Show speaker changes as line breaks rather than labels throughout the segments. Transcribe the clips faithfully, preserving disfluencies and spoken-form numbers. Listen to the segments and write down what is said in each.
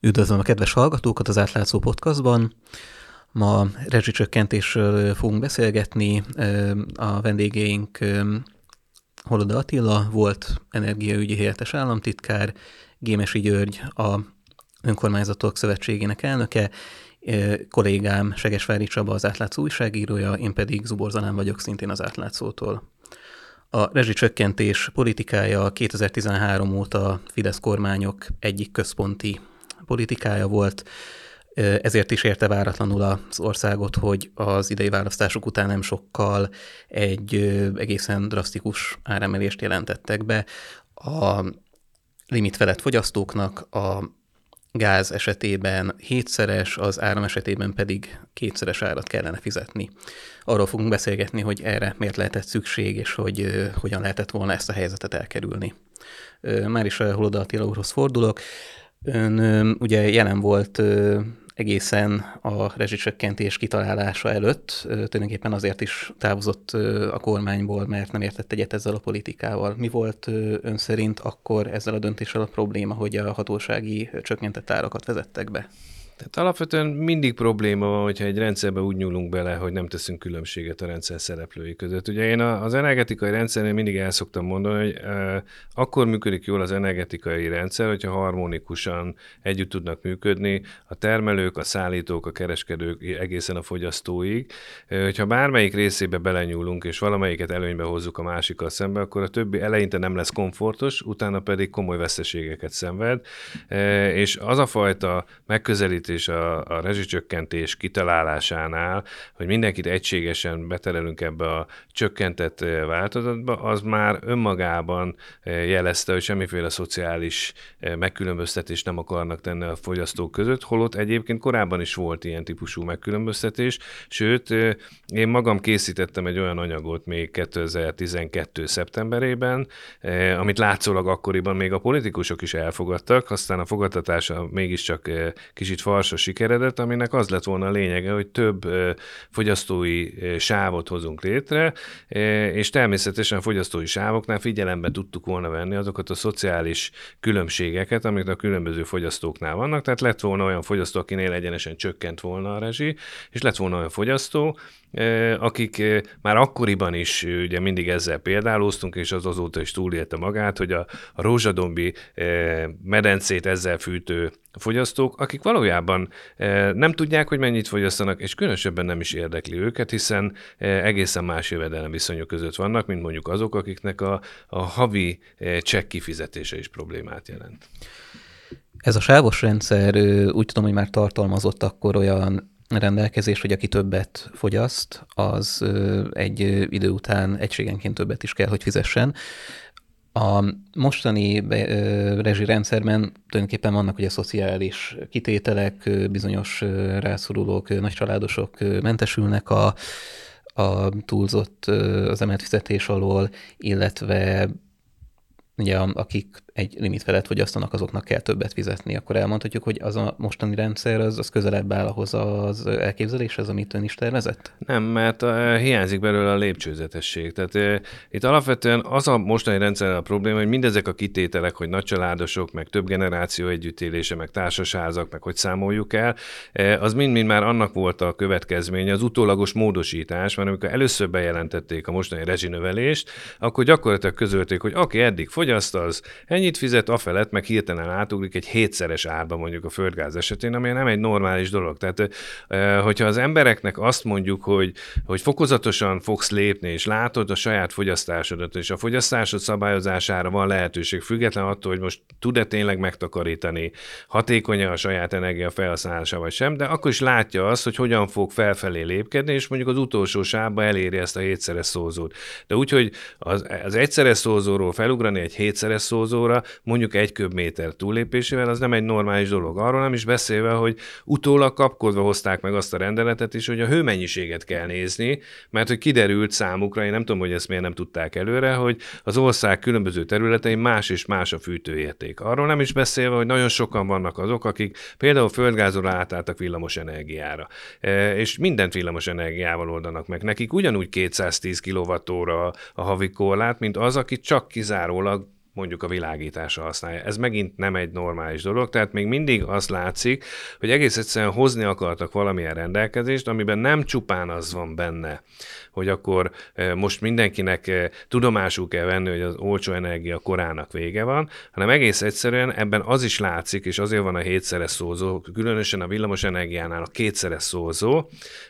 Üdvözlöm a kedves hallgatókat az Átlátszó Podcastban. Ma rezsicsökkentésről fogunk beszélgetni. A vendégeink Holoda Attila, volt energiaügyi helyettes államtitkár, Gémesi György, a Önkormányzatok Szövetségének elnöke, kollégám Segesvári Csaba, az Átlátszó újságírója, én pedig Zubor Zalán vagyok, szintén az Átlátszótól. A rezsicsökkentés politikája kétezer-tizenhárom óta Fidesz kormányok egyik központi politikája volt, ezért is érte váratlanul az országot, hogy az idei választások után nem sokkal egy egészen drasztikus áremelést jelentettek be. A limit felett fogyasztóknak a gáz esetében hétszeres, az áram esetében pedig kétszeres árat kellene fizetni. Arról fogunk beszélgetni, hogy erre miért lehetett szükség, és hogy hogyan lehetett volna ezt a helyzetet elkerülni. Már is Holoda Attila úrhoz fordulok. Ön ugye jelen volt egészen a rezsicsökkentés kitalálása előtt, tulajdonképpen azért is távozott a kormányból, mert nem értett egyet ezzel a politikával. Mi volt ön szerint akkor ezzel a döntéssel a probléma, hogy a hatósági csökkentett árakat vezettek be?
Tehát alapvetően mindig probléma van, hogyha egy rendszerbe úgy nyúlunk bele, hogy nem teszünk különbséget a rendszer szereplői között. Ugye én az energetikai rendszernél mindig el szoktam mondani, hogy eh, akkor működik jól az energetikai rendszer, hogyha harmonikusan együtt tudnak működni a termelők, a szállítók, a kereskedők, egészen a fogyasztóig. Eh, hogyha bármelyik részébe belenyúlunk, és valamelyiket előnybe hozzuk a másikkal szembe, akkor a többi eleinte nem lesz komfortos, utána pedig komoly veszteségeket szenved. Eh, és az a fajta megközelítés, és a, a rezsicsökkentés kitalálásánál, hogy mindenkit egységesen beterelünk ebbe a csökkentett változatba, az már önmagában jelezte, hogy semmiféle szociális megkülönböztetést nem akarnak tenni a fogyasztók között, holott egyébként korábban is volt ilyen típusú megkülönböztetés, sőt, én magam készítettem egy olyan anyagot még kétezer-tizenkettő szeptemberében, amit látszólag akkoriban még a politikusok is elfogadtak, aztán a fogadtatása mégiscsak kicsit farsa sikeredett, aminek az lett volna a lényege, hogy több fogyasztói sávot hozunk létre, és természetesen a fogyasztói sávoknál figyelembe tudtuk volna venni azokat a szociális különbségeket, amik a különböző fogyasztóknál vannak, tehát lett volna olyan fogyasztó, akinél egyenesen csökkent volna a rezsi, és lett volna olyan fogyasztó, akik már akkoriban is ugye mindig ezzel példálóztunk, és az azóta is túlélte magát, hogy a, a rózsadombi medencét ezzel fűtő fogyasztók, akik valójában nem tudják, hogy mennyit fogyasztanak, és különösebben nem is érdekli őket, hiszen egészen más jövedelemviszonyok között vannak, mint mondjuk azok, akiknek a, a havi csekk kifizetése is problémát jelent.
Ez a sávos rendszer, úgy tudom, hogy már tartalmazott akkor olyan rendelkezés, hogy aki többet fogyaszt, az egy idő után egységenként többet is kell, hogy fizessen. A mostani rezsirendszerben tulajdonképpen vannak ugye szociális kitételek, bizonyos rászorulók, nagycsaládosok mentesülnek a, a túlzott, az emelt fizetés alól, illetve ugye akik egy limit felett fogyasztanak, azoknak kell többet fizetni, akkor elmondhatjuk, hogy az a mostani rendszer az, az közelebb áll ahhoz az elképzeléshez, amit ön is tervezett?
Nem, mert uh, hiányzik belőle a lépcsőzetesség. Tehát uh, itt alapvetően az a mostani rendszer a probléma, hogy mindezek a kitételek, hogy nagycsaládosok, meg több generáció együttélése, meg társasházak, meg hogy számoljuk el, uh, az mind-mind már annak volt a következménye, az utólagos módosítás, mert amikor először bejelentették a mostani rezsinövelést, akkor gyakorlatilag közölték, hogy aki eddig fogyaszt, az ennyit fizet, afelett meg hirtelen átugrik egy hétszeres árba mondjuk a földgáz esetén, ami nem egy normális dolog. Tehát, hogyha az embereknek azt mondjuk, hogy, hogy fokozatosan fogsz lépni, és látod a saját fogyasztásodat, és a fogyasztásod szabályozására van lehetőség, független attól, hogy most tud-e tényleg megtakarítani, hatékony a saját energia felhasználása vagy sem, de akkor is látja azt, hogy hogyan fog felfelé lépkedni, és mondjuk az utolsó sávba eléri ezt a hétszeres szózót. De úgy, hogy az, az egyszeres szózóról felugrani egy hétszeres szózóra, mondjuk egy köbméter túllépésével, az nem egy normális dolog. Arról nem is beszélve, hogy utólag kapkodva hozták meg azt a rendeletet is, hogy a hőmennyiséget kell nézni, mert hogy kiderült számukra, én nem tudom, hogy ezt miért nem tudták előre, hogy az ország különböző területein más és más a fűtőérték. Arról nem is beszélve, hogy nagyon sokan vannak azok, akik például földgázról átálltak villamos energiára, és mindent villamos energiával oldanak meg. Nekik ugyanúgy kétszáztíz kilovattóra a havi korlát, mint az, aki csak kizárólag mondjuk a világításra használja. Ez megint nem egy normális dolog, tehát még mindig azt látszik, hogy egész egyszerűen hozni akartak valamilyen rendelkezést, amiben nem csupán az van benne, hogy akkor most mindenkinek tudomásul kell venni, hogy az olcsó energia korának vége van, hanem egész egyszerűen ebben az is látszik, és azért van a hétszeres szózó, különösen a villamos energiánál a kétszeres szózó,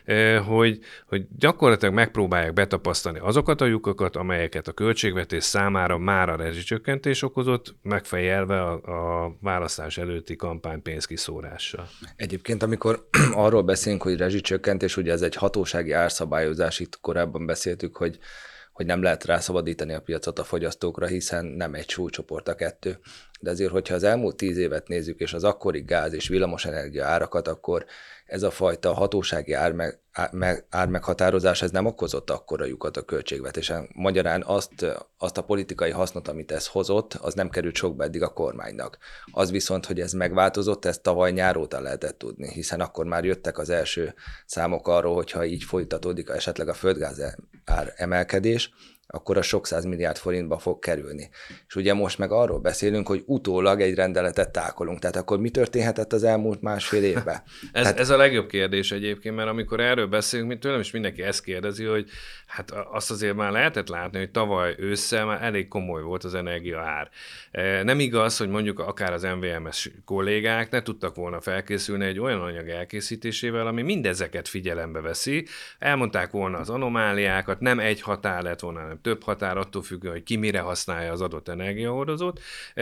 hogy, hogy gyakorlatilag megpróbálják betapasztani azokat a lyukakat, amelyeket a költségvetés számára már a rezsicsökkentés okozott, megfejelve a, a választás előtti kampány pénzkiszórással.
Egyébként, amikor arról beszélünk, hogy rezsicsökkentés, ugye ez egy hatósági árszabályozás, itt korábban beszéltük, hogy, hogy nem lehet rászabadítani a piacot a fogyasztókra, hiszen nem egy súlycsoport a kettő. De azért, hogyha az elmúlt tíz évet nézzük, és az akkori gáz és villamosenergia árakat, akkor ez a fajta hatósági ármeg, ármeg, ármeghatározás ez nem okozott akkora lyukat a költségvetésen. Magyarán azt, azt a politikai hasznot, amit ez hozott, az nem került sokba eddig a kormánynak. Az viszont, hogy ez megváltozott, ezt tavaly nyár óta lehetett tudni, hiszen akkor már jöttek az első számok arról, hogyha így folytatódik esetleg a földgáz ár emelkedés, akkor a sok száz milliárd forintba fog kerülni. És ugye most meg arról beszélünk, hogy utólag egy rendeletet tákolunk. Tehát akkor mi történhetett az elmúlt másfél évben?
ez,
Tehát...
ez a legjobb kérdés egyébként, mert amikor erről beszélünk, mint tőlem is mindenki ezt kérdezi, hogy hát azt azért már lehetett látni, hogy tavaly ősszel már elég komoly volt az energia ár. Nem igaz, hogy mondjuk akár az em vé em-es kollégák ne tudtak volna felkészülni egy olyan anyag elkészítésével, ami mindezeket figyelembe veszi. Elmondták volna az anomáliákat, nem egy határ lett volna, hanem több határ attól függően, hogy ki mire használja az adott energiahordozót.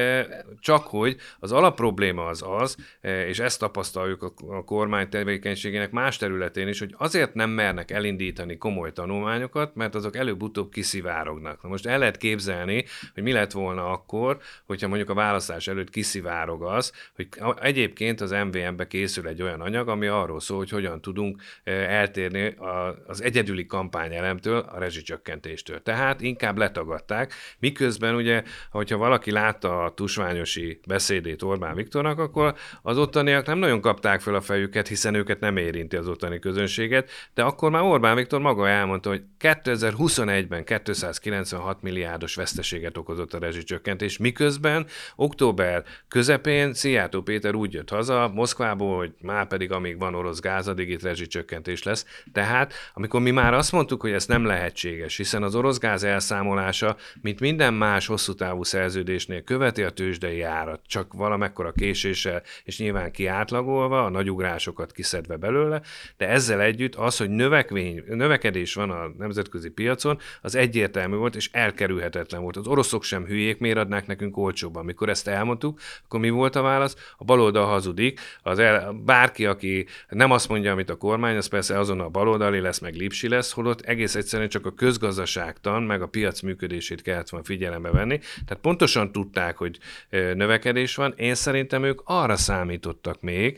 Csak hogy az alapprobléma az az, és ezt tapasztaljuk a kormány tevékenységének más területén is, hogy azért nem mernek elindítani komoly tanulmányokat, mert azok előbb-utóbb kiszivárognak. Na most el lehet képzelni, hogy mi lett volna akkor, hogyha mondjuk a választás előtt kiszivárog az, hogy egyébként az em vé em-be készül egy olyan anyag, ami arról szól, hogy hogyan tudunk eltérni az egyedüli kampányelemtől, a rezsicsökkentéstől. Tehát inkább letagadták, miközben ugye, hogyha valaki látta a tusványosi beszédét Orbán Viktornak, akkor az ottaniak nem nagyon kapták fel a fejüket, hiszen őket nem érinti az ottani közönséget, de akkor már Orbán Viktor maga elmondta, hogy kétezer-huszonegyben kétszázkilencvenhat milliárdos veszteséget okozott a rezsicsökkentés, miközben október közepén Szijjártó Péter úgy jött haza Moszkvából, hogy már pedig amíg van orosz gáz, addig itt rezsicsökkentés lesz. Tehát amikor mi már azt mondtuk, hogy ez nem lehetséges, hiszen az orosz gáz elszámolása, mint minden más hosszú távú szerződésnél követi a tőzsdei árat, csak valamekkora késéssel, és nyilván kiátlagolva, a nagyugrásokat kiszedve belőle, de ezzel együtt az, hogy növekvény, növekedés van a nemzetközi piacon, az egyértelmű volt, és elkerülhetetlen volt. Az oroszok sem hülyék, miért adnák nekünk olcsóbban? Amikor ezt elmondtuk, akkor mi volt a válasz? A baloldal hazudik, az el, bárki, aki nem azt mondja, amit a kormány, az persze azon a baloldali lesz, meg lipsi lesz, holott egész egyszerűen csak a közgazdaságtan, meg a piac működését kellett volna figyelembe venni. Tehát pontosan tudták, hogy növekedés van. Én szerintem ők arra számítottak még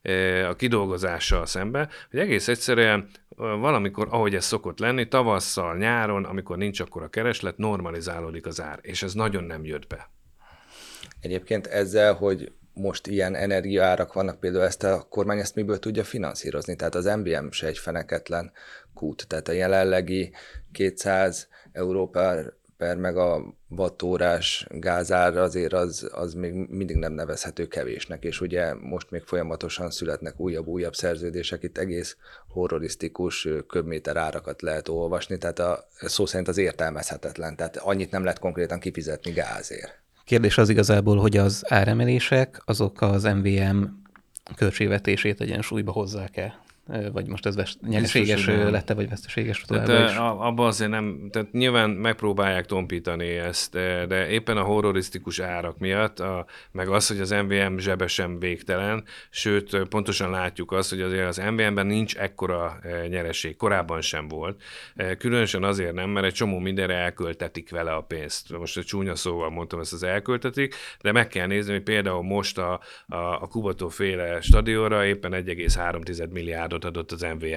a kidolgozással szemben, hogy egész egyszerűen valamikor, ahogy ez szokott lenni, tavasszal, nyáron, amikor nincs akkora kereslet, normalizálódik az ár, és ez nagyon nem jött be.
Egyébként ezzel, hogy most ilyen energiaárak vannak, például ezt a kormány ezt miből tudja finanszírozni? Tehát az em vé em se egy feneketlen kút, tehát a jelenlegi kétszáz euró per, per megawattórás gázár azért az, az még mindig nem nevezhető kevésnek, és ugye most még folyamatosan születnek újabb-újabb szerződések, itt egész horrorisztikus köbméter árakat lehet olvasni, tehát a szó szerint az értelmezhetetlen, tehát annyit nem lehet konkrétan kifizetni gázért.
Kérdés az igazából, hogy az áremelések azok az em vé em költségvetését egyensúlyba hozzák-e? Vagy most ez vesz- nyereséges lett-e, vagy veszteséges továbbra is?
Abban azért nem, tehát nyilván megpróbálják tompítani ezt, de, de éppen a horrorisztikus árak miatt, a, meg az, hogy az em vé em zsebe sem végtelen, sőt, pontosan látjuk azt, hogy azért az em vé em-ben nincs ekkora nyereség, korábban sem volt. Különösen azért nem, mert egy csomó mindenre elköltetik vele a pénzt. Most egy csúnya szóval mondtam, ezt az elköltetik, de meg kell nézni, hogy például most a, a, a Kubató féle stadionra éppen egy egész három milliárd adott az em vé em.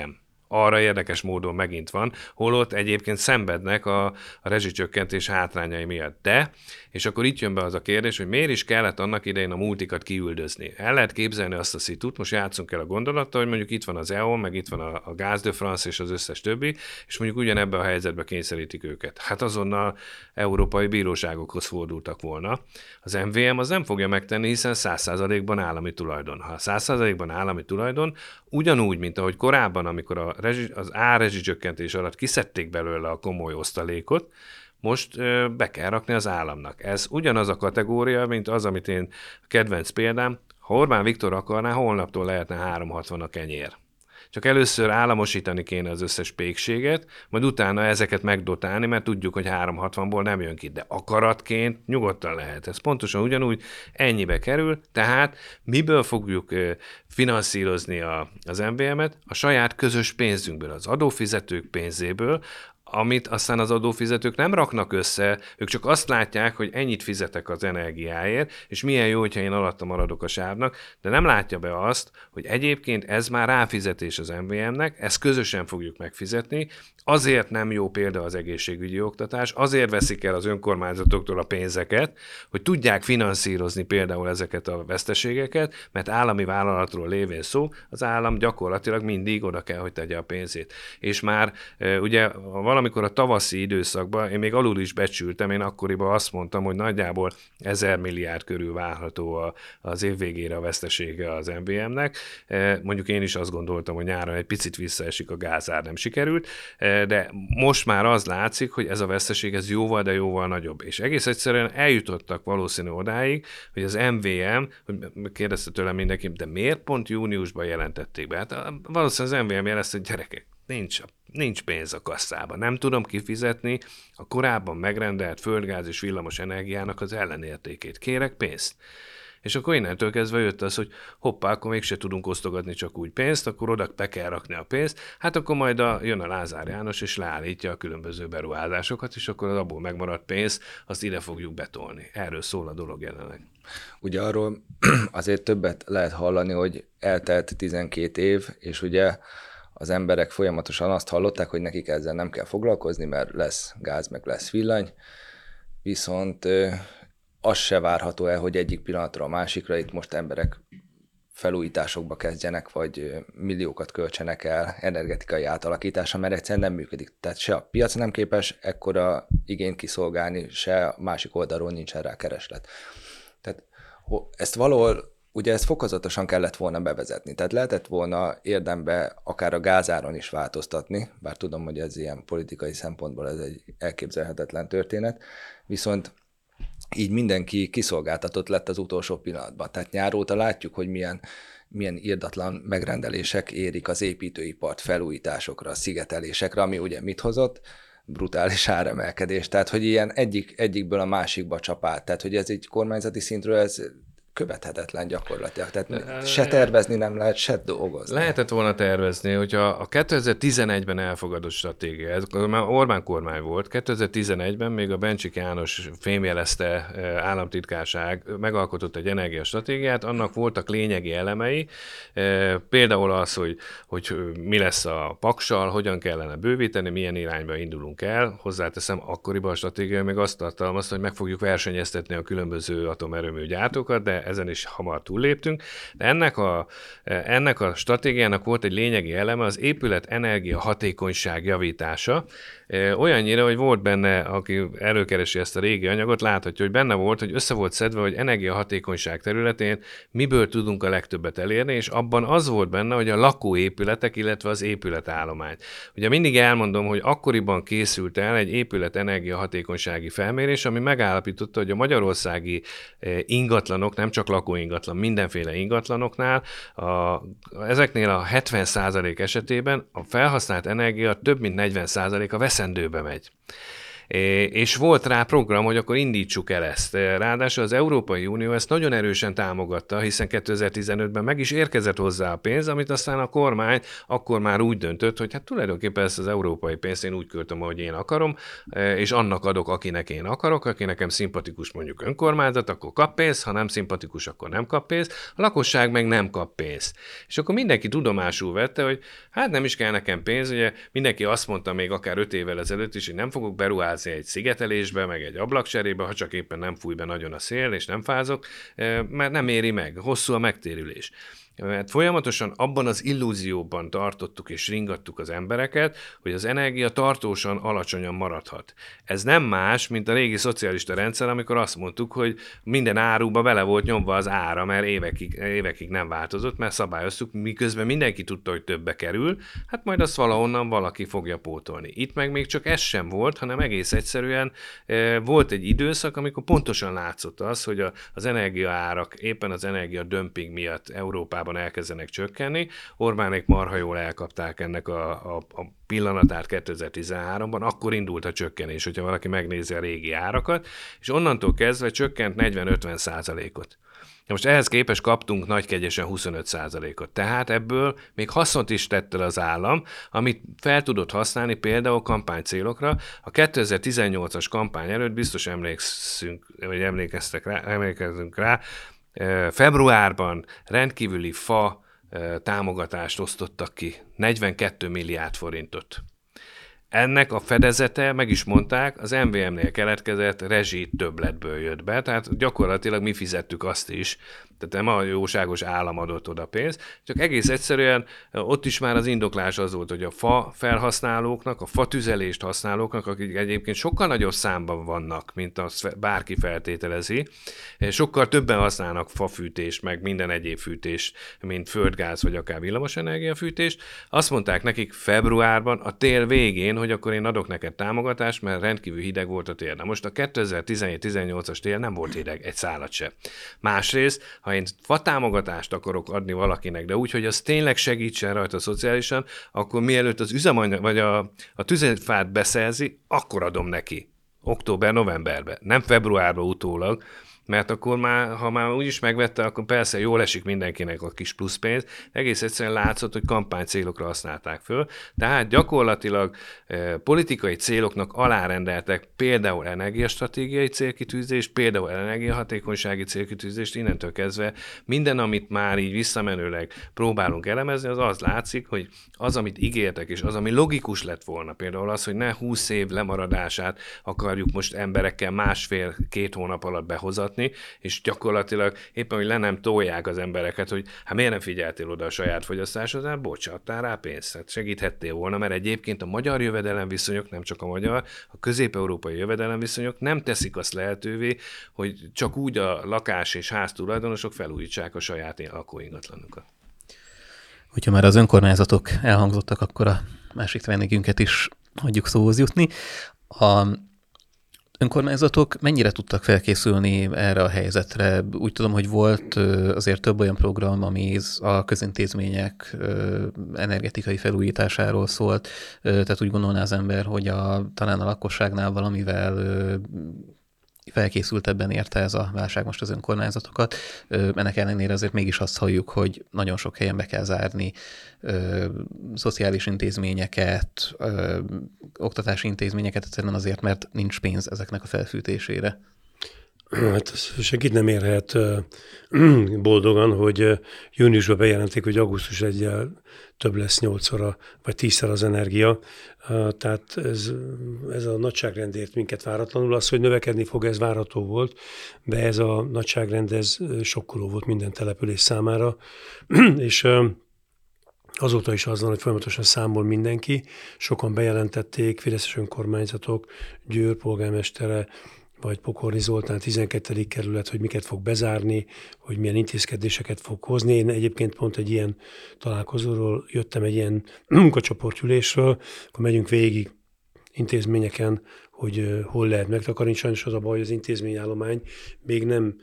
arra érdekes módon megint van, holott egyébként szenvednek a, a rezsicsökkentés hátrányai miatt. De, és akkor itt jön be az a kérdés, hogy miért is kellett annak idején a multikat kiüldözni. El lehet képzelni azt a szitut, most játszunk el a gondolattal, hogy mondjuk itt van az é o en, meg itt van a, a Gaz de France és az összes többi, és mondjuk ugyanebben a helyzetbe kényszerítik őket. Hát azonnal európai bíróságokhoz fordultak volna. Az em vé em az nem fogja megtenni, hiszen száz százalékban állami tulajdon. Ha száz százalékban állami tulajdon, ugyanúgy, mint ahogy korábban, amikor a rezsi, az árrezsicsökkentés alatt kiszedték belőle a komoly osztalékot, most ö, be kell rakni az államnak. Ez ugyanaz a kategória, mint az, amit én kedvenc példám, ha Orbán Viktor akarná, holnaptól lehetne három hatvan a kenyér. Csak először államosítani kéne az összes pékséget, majd utána ezeket megdotálni, mert tudjuk, hogy három hatvanból nem jön ki, de akaratként nyugodtan lehet. Ez pontosan ugyanúgy ennyibe kerül, tehát miből fogjuk finanszírozni a, az em vé em-et? A saját közös pénzünkből, az adófizetők pénzéből, amit aztán az adófizetők nem raknak össze, ők csak azt látják, hogy ennyit fizetek az energiáért, és milyen jó, hogyha én alatta maradok a sávnak, de nem látja be azt, hogy egyébként ez már ráfizetés az em vé em-nek, ezt közösen fogjuk megfizetni, azért nem jó példa az egészségügyi oktatás, azért veszik el az önkormányzatoktól a pénzeket, hogy tudják finanszírozni például ezeket a veszteségeket, mert állami vállalatról lévén szó, az állam gyakorlatilag mindig oda kell, hogy tegye a pénzét. És már ugye valamikor a tavaszi időszakban, én még alul is becsültem, én akkoriban azt mondtam, hogy nagyjából ezer milliárd körül várható az év végére a vesztesége az em vé em-nek. Mondjuk én is azt gondoltam, hogy nyáron egy picit visszaesik, a gázár nem sikerült, de most már az látszik, hogy ez a veszteség ez jóval, de jóval nagyobb. És egész egyszerűen eljutottak valószínű odáig, hogy az em vé em, hogy kérdezte tőlem mindenki, de miért pont júniusban jelentették be? Hát valószínűleg az em vé em jelezte, hogy gyerekek, nincs, nincs pénz a kasszában. Nem tudom kifizetni a korábban megrendelt földgáz és villamos energiának az ellenértékét. Kérek pénzt. És akkor innentől kezdve jött az, hogy hoppá, akkor mégse tudunk osztogatni csak úgy pénzt, akkor oda be kell rakni a pénzt, hát akkor majd a, jön a Lázár János, és leállítja a különböző beruházásokat, és akkor az abból megmaradt pénzt, azt ide fogjuk betolni. Erről szól a dolog jelenleg.
Ugye arról azért többet lehet hallani, hogy eltelt tizenkét év, és ugye az emberek folyamatosan azt hallották, hogy nekik ezzel nem kell foglalkozni, mert lesz gáz, meg lesz villany, viszont az se várható el, hogy egyik pillanatra a másikra itt most emberek felújításokba kezdjenek, vagy milliókat költsenek el energetikai átalakításra, mert egyszerűen nem működik. Tehát se a piac nem képes ekkora igényt kiszolgálni, se a másik oldalról nincsen rá kereslet. Tehát ezt valahol ugye ezt fokozatosan kellett volna bevezetni, tehát lehetett volna érdembe akár a gázáron is változtatni, bár tudom, hogy ez ilyen politikai szempontból ez egy elképzelhetetlen történet, viszont így mindenki kiszolgáltatott lett az utolsó pillanatban. Tehát nyár óta látjuk, hogy milyen, milyen irdatlan megrendelések érik az építőipart felújításokra, szigetelésekre, ami ugye mit hozott? Brutális áremelkedés. Tehát, hogy ilyen egyik, egyikből a másikba csapált. Tehát, hogy ez egy kormányzati szintről ez követhetetlen gyakorlatilag. Tehát se tervezni nem lehet, se dolgozni.
Lehetett volna tervezni, hogyha a kétezer-tizenegyben elfogadott stratégia, ez már Orbán kormány volt, kétezer-tizenegyben még a Bencsik János fémjelezte államtitkárság megalkotott egy energiastratégiát, annak voltak lényegi elemei, például az, hogy, hogy mi lesz a paksal, hogyan kellene bővíteni, milyen irányba indulunk el. Hozzáteszem, akkoriban a stratégia még azt tartalmazta, hogy meg fogjuk versenyeztetni a különböző atomerőmű gyártókat, de ezen is hamar túlléptünk. De ennek a, ennek a stratégiának volt egy lényegi eleme, az épület energia hatékonyság javítása. Olyannyira, hogy volt benne, aki előkeresi ezt a régi anyagot, láthatja, hogy benne volt, hogy össze volt szedve, hogy energiahatékonyság területén miből tudunk a legtöbbet elérni, és abban az volt benne, hogy a lakóépületek, illetve az épületállomány. Ugye mindig elmondom, hogy akkoriban készült el egy épület energiahatékonysági felmérés, ami megállapította, hogy a magyarországi ingatlanok, nem csak lakóingatlan, mindenféle ingatlanoknál, a, ezeknél a hetven százalék esetében a felhasznált energia több mint negyven százalék a veszendőbe megy. És volt rá program, hogy akkor indítsuk el ezt. Ráadásul az Európai Unió ezt nagyon erősen támogatta, hiszen kétezer-tizenötben meg is érkezett hozzá a pénz, amit aztán a kormány akkor már úgy döntött, hogy hát tulajdonképpen ezt az európai pénzt én úgy költöm, ahogy én akarom, és annak adok, akinek én akarok, aki nekem szimpatikus mondjuk önkormányzat, akkor kap pénzt, ha nem szimpatikus, akkor nem kap pénzt, a lakosság meg nem kap pénzt. És akkor mindenki tudomásul vette, hogy hát nem is kell nekem pénz, ugye mindenki azt mondta még akár öt évvel ezelőtt is, hogy nem fogok beruházni egy szigetelésbe, meg egy ablakcserébe, ha csak éppen nem fúj be nagyon a szél, és nem fázok, mert nem éri meg, hosszú a megtérülés. Mert folyamatosan abban az illúzióban tartottuk és ringattuk az embereket, hogy az energia tartósan alacsonyan maradhat. Ez nem más, mint a régi szocialista rendszer, amikor azt mondtuk, hogy minden áruba bele volt nyomva az ára, mert évekig, évekig nem változott, mert szabályoztuk, miközben mindenki tudta, hogy többe kerül, hát majd azt valahonnan valaki fogja pótolni. Itt meg még csak ez sem volt, hanem egész egyszerűen e, volt egy időszak, amikor pontosan látszott az, hogy a, az energiaárak éppen az energia dömping miatt Európában elkezdenek csökkenni. Orbánék marha jól elkapták ennek a, a, a pillanatát kétezer-tizenháromban, akkor indult a csökkenés, hogyha valaki megnézi a régi árakat, és onnantól kezdve csökkent negyven-ötven százalékot. Most ehhez képest kaptunk nagykegyesen huszonöt százalékot. Tehát ebből még hasznot is tett el az állam, amit fel tudott használni például kampánycélokra. A kétezer-tizennyolcas kampány előtt biztos emlékszünk, vagy emlékeztek rá, emlékezünk rá, februárban rendkívüli fa támogatást osztottak ki, negyvenkét milliárd forintot. Ennek a fedezete, meg is mondták, az em vé em-nél keletkezett rezsi többletből jött be, tehát gyakorlatilag mi fizettük azt is, tehát nem a jóságos állam adott oda pénzt, csak egész egyszerűen ott is már az indoklás az volt, hogy a fa felhasználóknak, a fa tüzelést használóknak, akik egyébként sokkal nagyobb számban vannak, mint azt bárki feltételezi, sokkal többen használnak fafűtést, meg minden egyéb fűtést, mint földgáz, vagy akár villamosenergia fűtést. Azt mondták nekik februárban, a tél végén, hogy akkor én adok neked támogatást, mert rendkívül hideg volt a tél. Na most a kétezer-tizenhét-tizennyolcas tél nem volt hideg, egy szállat se. Másrészt, ha én fatámogatást akarok adni valakinek, de úgy, hogy az tényleg segítsen rajta szociálisan, akkor mielőtt az üzemanyag, vagy a, a tüzelőfát beszerzi, akkor adom neki. Október-novemberben, nem februárban utólag, mert akkor már, ha már úgyis megvette, akkor persze jól esik mindenkinek a kis pluszpénz, egész egyszerűen látszott, hogy kampánycélokra használták föl, tehát gyakorlatilag eh, politikai céloknak alárendeltek például energiastratégiai célkitűzést, például energiahatékonysági célkitűzést, innentől kezdve minden, amit már így visszamenőleg próbálunk elemezni, az az látszik, hogy az, amit ígértek, és az, ami logikus lett volna, például az, hogy ne húsz év lemaradását akarjuk most emberekkel másfél-két hónap alatt behozatni, és gyakorlatilag éppen, hogy le nem tolják az embereket, hogy hát miért nem figyeltél oda a saját fogyasztásodra, bocsáttál rá pénzt, hát segíthettél volna, mert egyébként a magyar jövedelemviszonyok, nem csak a magyar, a közép-európai jövedelemviszonyok nem teszik azt lehetővé, hogy csak úgy a lakás és háztulajdonosok felújítsák a saját lakóingatlanukat.
Hogyha már az önkormányzatok elhangzottak, akkor a másik vendégünket is hagyjuk szóhoz jutni. A önkormányzatok mennyire tudtak felkészülni erre a helyzetre? Úgy tudom, hogy volt azért több olyan program, ami a közintézmények energetikai felújításáról szólt, tehát úgy gondolná az ember, hogy a, talán a lakosságnál valamivel felkészültebben érte ez a válság most az önkormányzatokat. Ennek ellenére azért mégis azt halljuk, hogy nagyon sok helyen be kell zárni ö, szociális intézményeket, ö, oktatási intézményeket, egyszerűen azért, mert nincs pénz ezeknek a felfűtésére.
Hát senkit nem érhet boldogan, hogy júniusban bejelentik, hogy augusztus elseje több lesz nyolcszor vagy tízszer az energia. Tehát ez, ez a nagyságrend ért minket váratlanul. Az, hogy növekedni fog, ez várható volt, de ez a nagyságrend, ez sokkoló volt minden település számára. És azóta is az van, hogy folyamatosan számol mindenki. Sokan bejelentették, fideszes önkormányzatok, Győr polgármestere, vagy Pokorni Zoltán tizenkettedik kerület, hogy miket fog bezárni, hogy milyen intézkedéseket fog hozni. Én egyébként pont egy ilyen találkozóról jöttem, egy ilyen munkacsoportülésről, akkor megyünk végig intézményeken, hogy hol lehet megtakarítani. Sajnos az a baj, hogy az intézményállomány még nem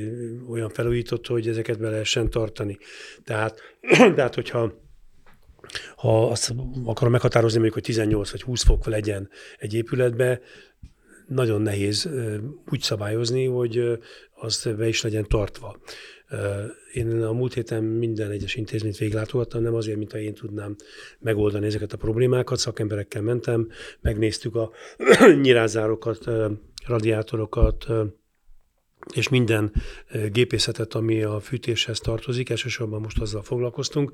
olyan felújított, hogy ezeket be lehessen tartani. Tehát, tehát hogyha Ha azt akarom meghatározni, mondjuk, hogy tizennyolc vagy húsz fok legyen egy épületbe, nagyon nehéz úgy szabályozni, hogy az be is legyen tartva. Én a múlt héten minden egyes intézményt végiglátogattam, nem azért, mintha én tudnám megoldani ezeket a problémákat, szakemberekkel mentem, megnéztük a nyilázárokat, radiátorokat, és minden gépészetet, ami a fűtéshez tartozik, elsősorban most azzal foglalkoztunk,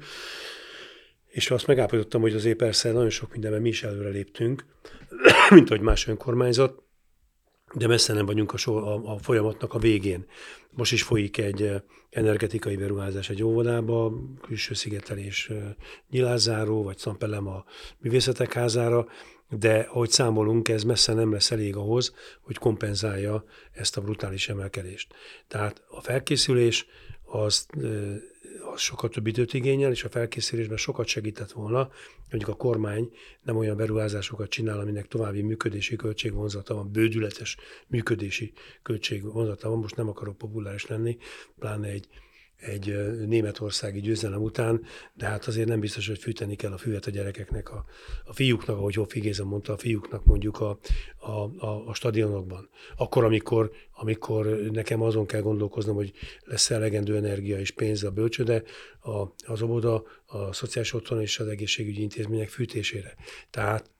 és azt megállapítottam, hogy azért persze nagyon sok mindenben mi is előre léptünk, mint ahogy más önkormányzat, de messze nem vagyunk a, so, a, a folyamatnak a végén. Most is folyik egy energetikai beruházás egy óvodába, külső szigetelés nyilázzáró, vagy szampelem a művészetek házára, de ahogy számolunk, ez messze nem lesz elég ahhoz, hogy kompenzálja ezt a brutális emelkedést. Tehát a felkészülés az, az sokkal több időt igényel, és a felkészülésben sokat segített volna, mondjuk a kormány nem olyan beruházásokat csinál, aminek további működési költségvonzata van, bődületes működési költségvonzata van. Most nem akarok populáris lenni, pláne egy egy németországi győzelem után, de hát azért nem biztos, hogy fűteni kell a füvet a gyerekeknek, a, a fiúknak, ahogy Hoffi Géza mondta, a fiúknak mondjuk a, a, a, a stadionokban. Akkor, amikor, amikor nekem azon kell gondolkoznom, hogy lesz elegendő energia és pénz a bölcsőde, a, az óvoda, a szociális otthon és az egészségügyi intézmények fűtésére. Tehát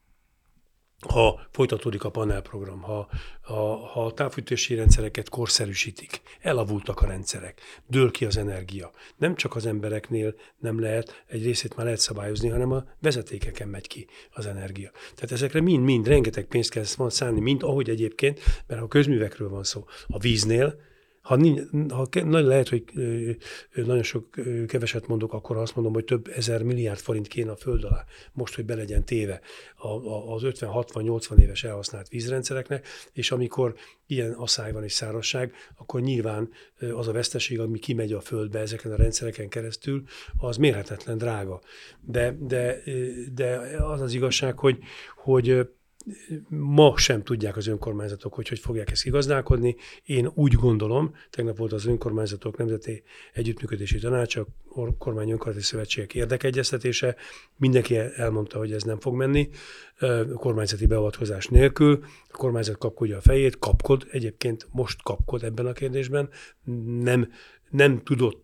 ha folytatódik a panelprogram, ha, ha, ha a távfűtési rendszereket korszerűsítik, elavultak a rendszerek, dől ki az energia. Nem csak az embereknél nem lehet, egy részét már lehet szabályozni, hanem a vezetékeken megy ki az energia. Tehát ezekre mind-mind rengeteg pénzt kell szállni, mind ahogy egyébként, mert a közművekről van szó. A víznél, Ha, ha nagyon lehet, hogy nagyon sok keveset mondok, akkor azt mondom, hogy több ezer milliárd forint kéne a föld alá, most, hogy be legyen téve az ötven, hatvan, nyolcvan éves elhasznált vízrendszereknek, és amikor ilyen asszály van és szárazság, akkor nyilván az a veszteség, ami kimegy a földbe ezeken a rendszereken keresztül, az mérhetetlen drága. De, de, de az az igazság, hogy, hogy ma sem tudják az önkormányzatok, hogy hogy fogják ezt kigazdálkodni. Én úgy gondolom, tegnap volt az önkormányzatok nemzeti együttműködési tanácsa, a kormány önkormányzati szövetségek érdekegyeztetése. Mindenki elmondta, hogy ez nem fog menni kormányzati beavatkozás nélkül. A kormányzat kapkodja a fejét, kapkod, egyébként most kapkod ebben a kérdésben. Nem, nem tudott,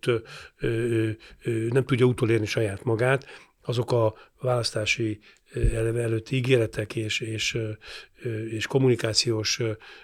nem tudja utolérni saját magát. Azok a választási eleve előtti ígéretek és, és, és kommunikációs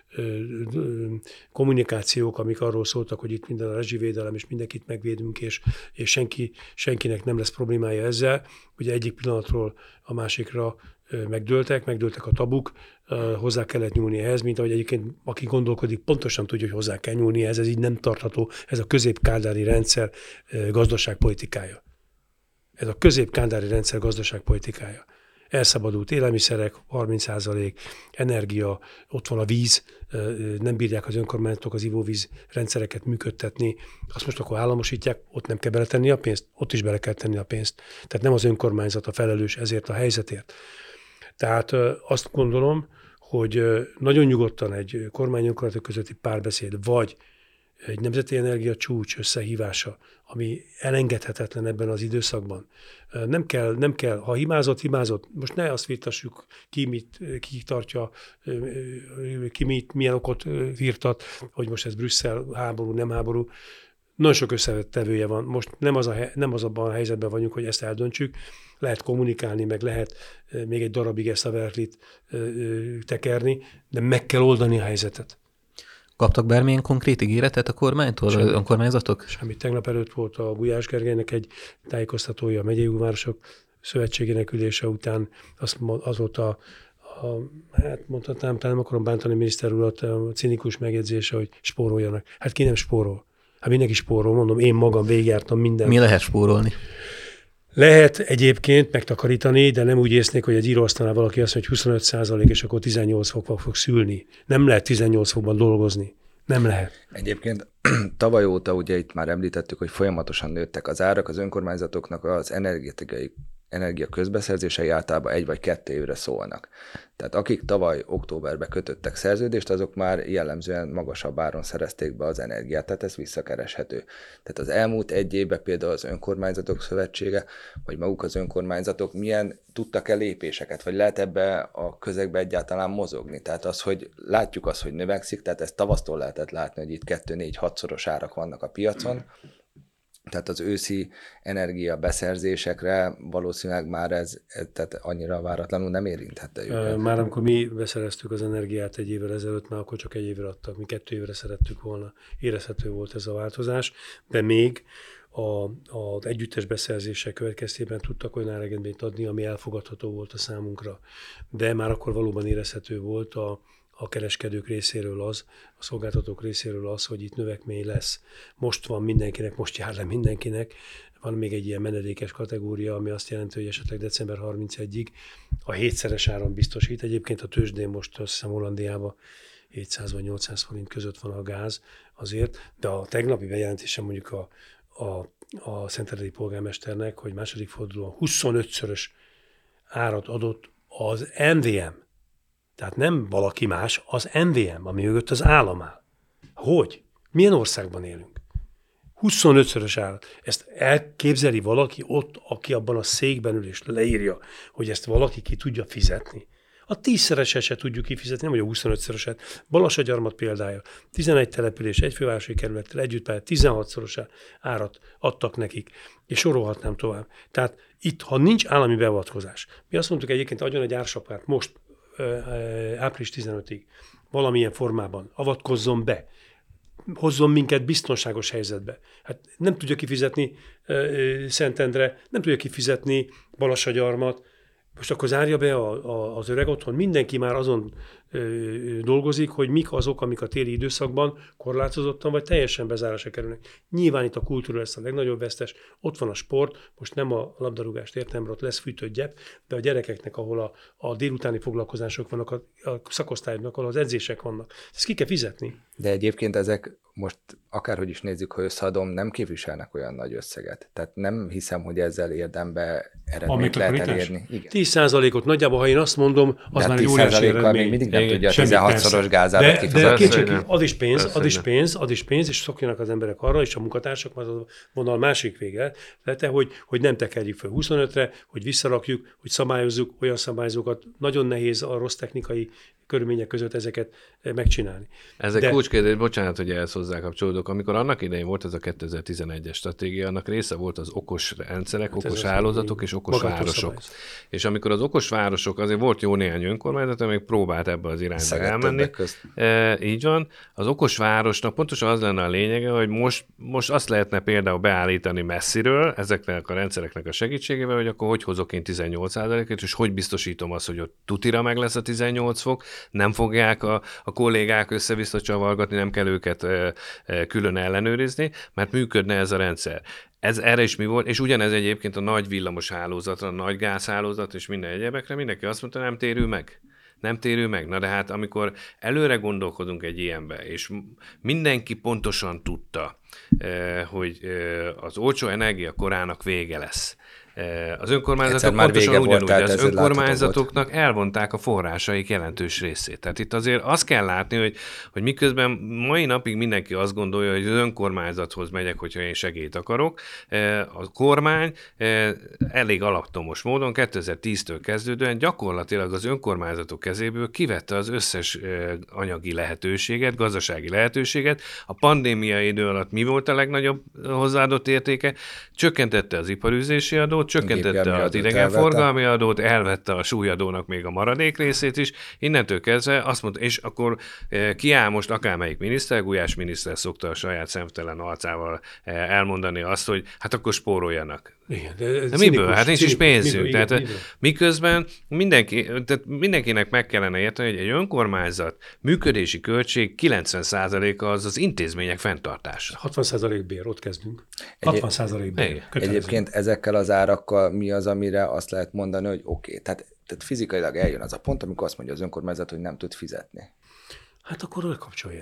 kommunikációk, amik arról szóltak, hogy itt minden a rezsivédelem, és mindenkit megvédünk, és, és senki, senkinek nem lesz problémája ezzel. Ugye egyik pillanatról a másikra megdőltek, megdőltek a tabuk, hozzá kellett nyúlni ehhez, mint ahogy egyébként aki gondolkodik, pontosan tudja, hogy hozzá kell nyúlni ehhez, ez így nem tartható, ez a középkádári rendszer gazdaságpolitikája. Ez a középkándári rendszer gazdaságpolitikája. Elszabadult élelmiszerek, harminc százalék, energia, ott van a víz, nem bírják az önkormányzatok az ivóvíz rendszereket működtetni, azt most akkor államosítják, ott nem kell beletenni a pénzt, ott is bele kell tenni a pénzt. Tehát nem az önkormányzat a felelős ezért a helyzetért. Tehát azt gondolom, hogy nagyon nyugodtan egy kormány-önkormányzatok közötti párbeszéd, vagy egy nemzeti energia csúcs összehívása, ami elengedhetetlen ebben az időszakban. Nem kell, nem kell, ha hibázott, hibázott, most ne azt vitassuk, ki mit, ki tartja, ki mit, milyen okot firtat, hogy most ez Brüsszel háború, nem háború. Nagyon sok összetevője van. Most nem, az a, nem az abban a helyzetben vagyunk, hogy ezt eldöntsük. Lehet kommunikálni, meg lehet még egy darabig ezt a verklit tekerni, de meg kell oldani a helyzetet.
Kaptak bármilyen konkrét ígéretet a kormánytól, az önkormányzatok?
Semmit. Tegnap előtt volt a Gulyás Gergelynek egy tájékoztatója a megyei városok szövetségének ülése után. Az, az volt a, a, hát mondhatnám, talán nem akarom bántani a miniszter urat, a cinikus megjegyzése, hogy spóroljanak. Hát ki nem spórol? Hát mindenki spórol, mondom, én magam végigjártam mindent.
Mi lehet spórolni?
Lehet egyébként megtakarítani, de nem úgy észnék, hogy egy íróasztalnál valaki azt mondja, hogy huszonöt százalék, és akkor tizennyolc fokban fog szülni. Nem lehet tizennyolc fokban dolgozni. Nem lehet.
Egyébként tavaly óta ugye itt már említettük, hogy folyamatosan nőttek az árak, az önkormányzatoknak az energetikai energia közbeszerzései általában egy vagy kettő évre szólnak. Tehát akik tavaly októberben kötöttek szerződést, azok már jellemzően magasabb áron szerezték be az energiát, tehát ez visszakereshető. Tehát az elmúlt egy évben például az Önkormányzatok Szövetsége, vagy maguk az önkormányzatok milyen tudtak-e lépéseket, vagy lehet ebbe a közegbe egyáltalán mozogni. Tehát az, hogy látjuk azt, hogy növekszik, tehát ezt tavasztól lehetett látni, hogy itt kettő, négy, hatszoros árak vannak a piacon, tehát az őszi energia beszerzésekre valószínűleg már ez, ez tehát annyira váratlanul nem érinthette őket.
Már amikor mi beszereztük az energiát egy évvel ezelőtt, már akkor csak egy évre adtak, mi kettő évre szerettük volna. Érezhető volt ez a változás, de még a, az együttes beszerzések következtében tudtak olyan áregetményt adni, ami elfogadható volt a számunkra. De már akkor valóban érezhető volt a a kereskedők részéről az, a szolgáltatók részéről az, hogy itt növekmény lesz. Most van mindenkinek, most jár le mindenkinek, van még egy ilyen menedékes kategória, ami azt jelenti, hogy esetleg december harmincegyedikéig a hétszeres áron biztosít. Egyébként a tőzsdén most azt hiszem Hollandiában hétszáz vagy nyolcszáz forint között van a gáz azért, de a tegnapi bejelentésem mondjuk a, a, a szentendrei polgármesternek, hogy második fordulóan huszonötszörös árat adott az em vé em. Tehát nem valaki más, az em vé em, ami mögött az állam áll. Hogy? Milyen országban élünk? huszonötszörös árat. Ezt elképzeli valaki ott, aki abban a székben ül és leírja, hogy ezt valaki ki tudja fizetni. A tízszereset se tudjuk kifizetni, nem hogy a huszonötszöröset. Balassagyarmat példája. tizenegy település, egy fővárosi kerülettel együtt pályán tizenhatszoros árat adtak nekik, és sorolhatnám tovább. Tehát itt, ha nincs állami beavatkozás, mi azt mondtuk egyébként, adjon egy ársapkát most, április tizenötödikéig valamilyen formában avatkozzon be, hozzon minket biztonságos helyzetbe. Hát nem tudja kifizetni Szentendre, nem tudja kifizetni Balassagyarmat, most akkor zárja be a, a, az öreg otthon. Mindenki már azon ö, dolgozik, hogy mik azok, amik a téli időszakban korlátozottan vagy teljesen bezárásra kerülnek. Nyilván itt a kultúra lesz a legnagyobb vesztes, ott van a sport, most nem a labdarúgást értem, mert ott lesz fűtött gyep, de a gyerekeknek, ahol a, a délutáni foglalkozások vannak, a, a szakosztályoknak, ahol az edzések vannak. Ezt ki kell fizetni.
De egyébként ezek most akárhogy is nézzük, ha összeadom, nem képviselnek olyan nagy összeget. Tehát nem hiszem, hogy ezzel érdembe eredményt lehet elérni. Igen.
tíz százalékot nagyjából, ha én azt mondom, az
de
már egy óriási eredmény.
még mindig nem tudja a tizenhatszoros gázárat
kifizetni. De kétség, az is pénz, az is pénz, az is pénz, és szokjanak az emberek arra, és a munkatársak, majd a vonal másik vége, lehet, hogy, hogy nem tekerjük fel huszonötre, hogy visszarakjuk, hogy szabályozzuk olyan szabályzókat. Nagyon nehéz a rossz technikai körülmények között ezeket megcsinálni.
Ezek De... kulcskérdés, bocsánat, hogy ehhez hozzákapcsolódok. Amikor annak idején volt ez a kétezer-tizenegyes stratégia, annak része volt az okos rendszerek, hát okos hálózatok és okos városok. És amikor az okos városok, azért volt jó néhány önkormányzat, amely próbált ebbe az irányba Szeged elmenni. E, így van. Az okos városnak pontosan az lenne a lényege, hogy most, most azt lehetne például beállítani messziről, ezeknek a rendszereknek a segítségével, hogy akkor hogy hozok én tizennyolc százalékot, és hogy biztosítom azt, hogy ott tutira meg lesz a tizennyolc fok, nem fogják a, a kollégák össze-vissza csavargatni, nem kell őket e, e, külön ellenőrizni, mert működne ez a rendszer. Ez erre is mi volt, és ugyanez egyébként a nagy villamos hálózatra, a nagy gázhálózat és minden egyebekre, mindenki azt mondta, nem térül meg. Nem térül meg. Na de hát amikor előre gondolkodunk egy ilyenbe, és mindenki pontosan tudta, hogy az olcsó energia korának vége lesz, az önkormányzatok pontosan ugyanúgy, de az önkormányzatoknak elvonták a forrásaik jelentős részét. Tehát itt azért azt kell látni, hogy, hogy miközben mai napig mindenki azt gondolja, hogy az önkormányzathoz megyek, hogyha én segélyt akarok. A kormány elég alaptomos módon kétezer-tíztől kezdődően gyakorlatilag az önkormányzatok kezéből kivette az összes anyagi lehetőséget, gazdasági lehetőséget. A pandémia idő alatt mi volt a legnagyobb hozzáadott értéke? Csökkentette az iparűzési adót, csökkentette az idegenforgalmi adót, elvette a súlyadónak még a maradék részét is, innentől kezdve azt mondta, és akkor kiáll most akármelyik miniszter, Gulyás miniszter szokta a saját szemtelen arcával elmondani azt, hogy hát akkor spóroljanak.
Igen, de,
de miből? Hát nincs is pénzünk. Miből, tehát miből? Miközben mindenki, tehát mindenkinek meg kellene érteni, hogy egy önkormányzat működési költség kilencven százaléka az az intézmények fenntartása.
hatvan százalék bér, ott kezdünk. hatvan százalék bér.
Egyébként ezekkel az árakkal mi az, amire azt lehet mondani, hogy oké, okay, tehát, tehát fizikailag eljön az a pont, amikor azt mondja az önkormányzat, hogy nem tud fizetni.
Hát akkor kapcsolják.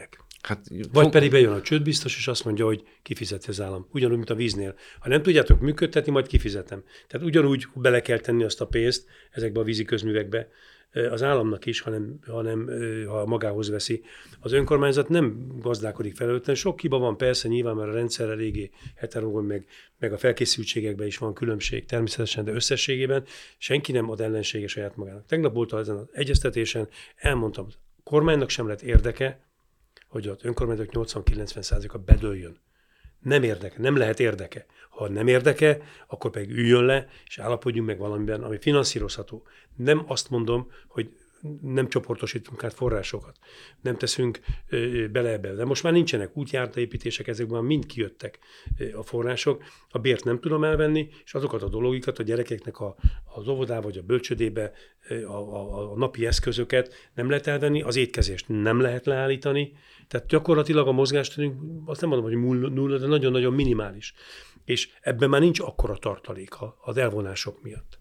Hát,
Vagy
fog...
pedig bejön a csődbiztos, és azt mondja, hogy kifizeti az állam. Ugyanúgy, mint a víznél. Ha nem tudjátok működtetni, majd kifizetem. Tehát ugyanúgy bele kell tenni azt a pénzt ezekbe a vízi közművekbe, az államnak is, hanem, hanem ha magához veszi. Az önkormányzat nem gazdálkodik felelőtlen. Sok hiba van persze, nyilván már a rendszerre régi heterogén, meg, meg a felkészültségekben is van különbség természetesen, de összességében senki nem ad ellensége saját magának. Tegnap volt ezen az egyeztetésen, elmondtam, a kormánynak sem lett érdeke, hogy az önkormányzatok nyolcvan-kilencven százaléka bedőljön. Nem érdeke, nem lehet érdeke. Ha nem érdeke, akkor pedig üljön le, és állapodjunk meg valamiben, ami finanszírozható. Nem azt mondom, hogy nem csoportosítunk át forrásokat, nem teszünk ö, bele ebbe. De most már nincsenek útjárdaépítések, ezekben mind kijöttek ö, a források. A bért nem tudom elvenni, és azokat a dolgokat a gyerekeknek a, az óvodába vagy a bölcsödébe ö, a, a, a napi eszközöket nem lehet elvenni, az étkezést nem lehet leállítani. Tehát gyakorlatilag a mozgásterünk, azt nem mondom, hogy nulla, de nagyon-nagyon minimális. És ebben már nincs akkora tartalék az elvonások miatt.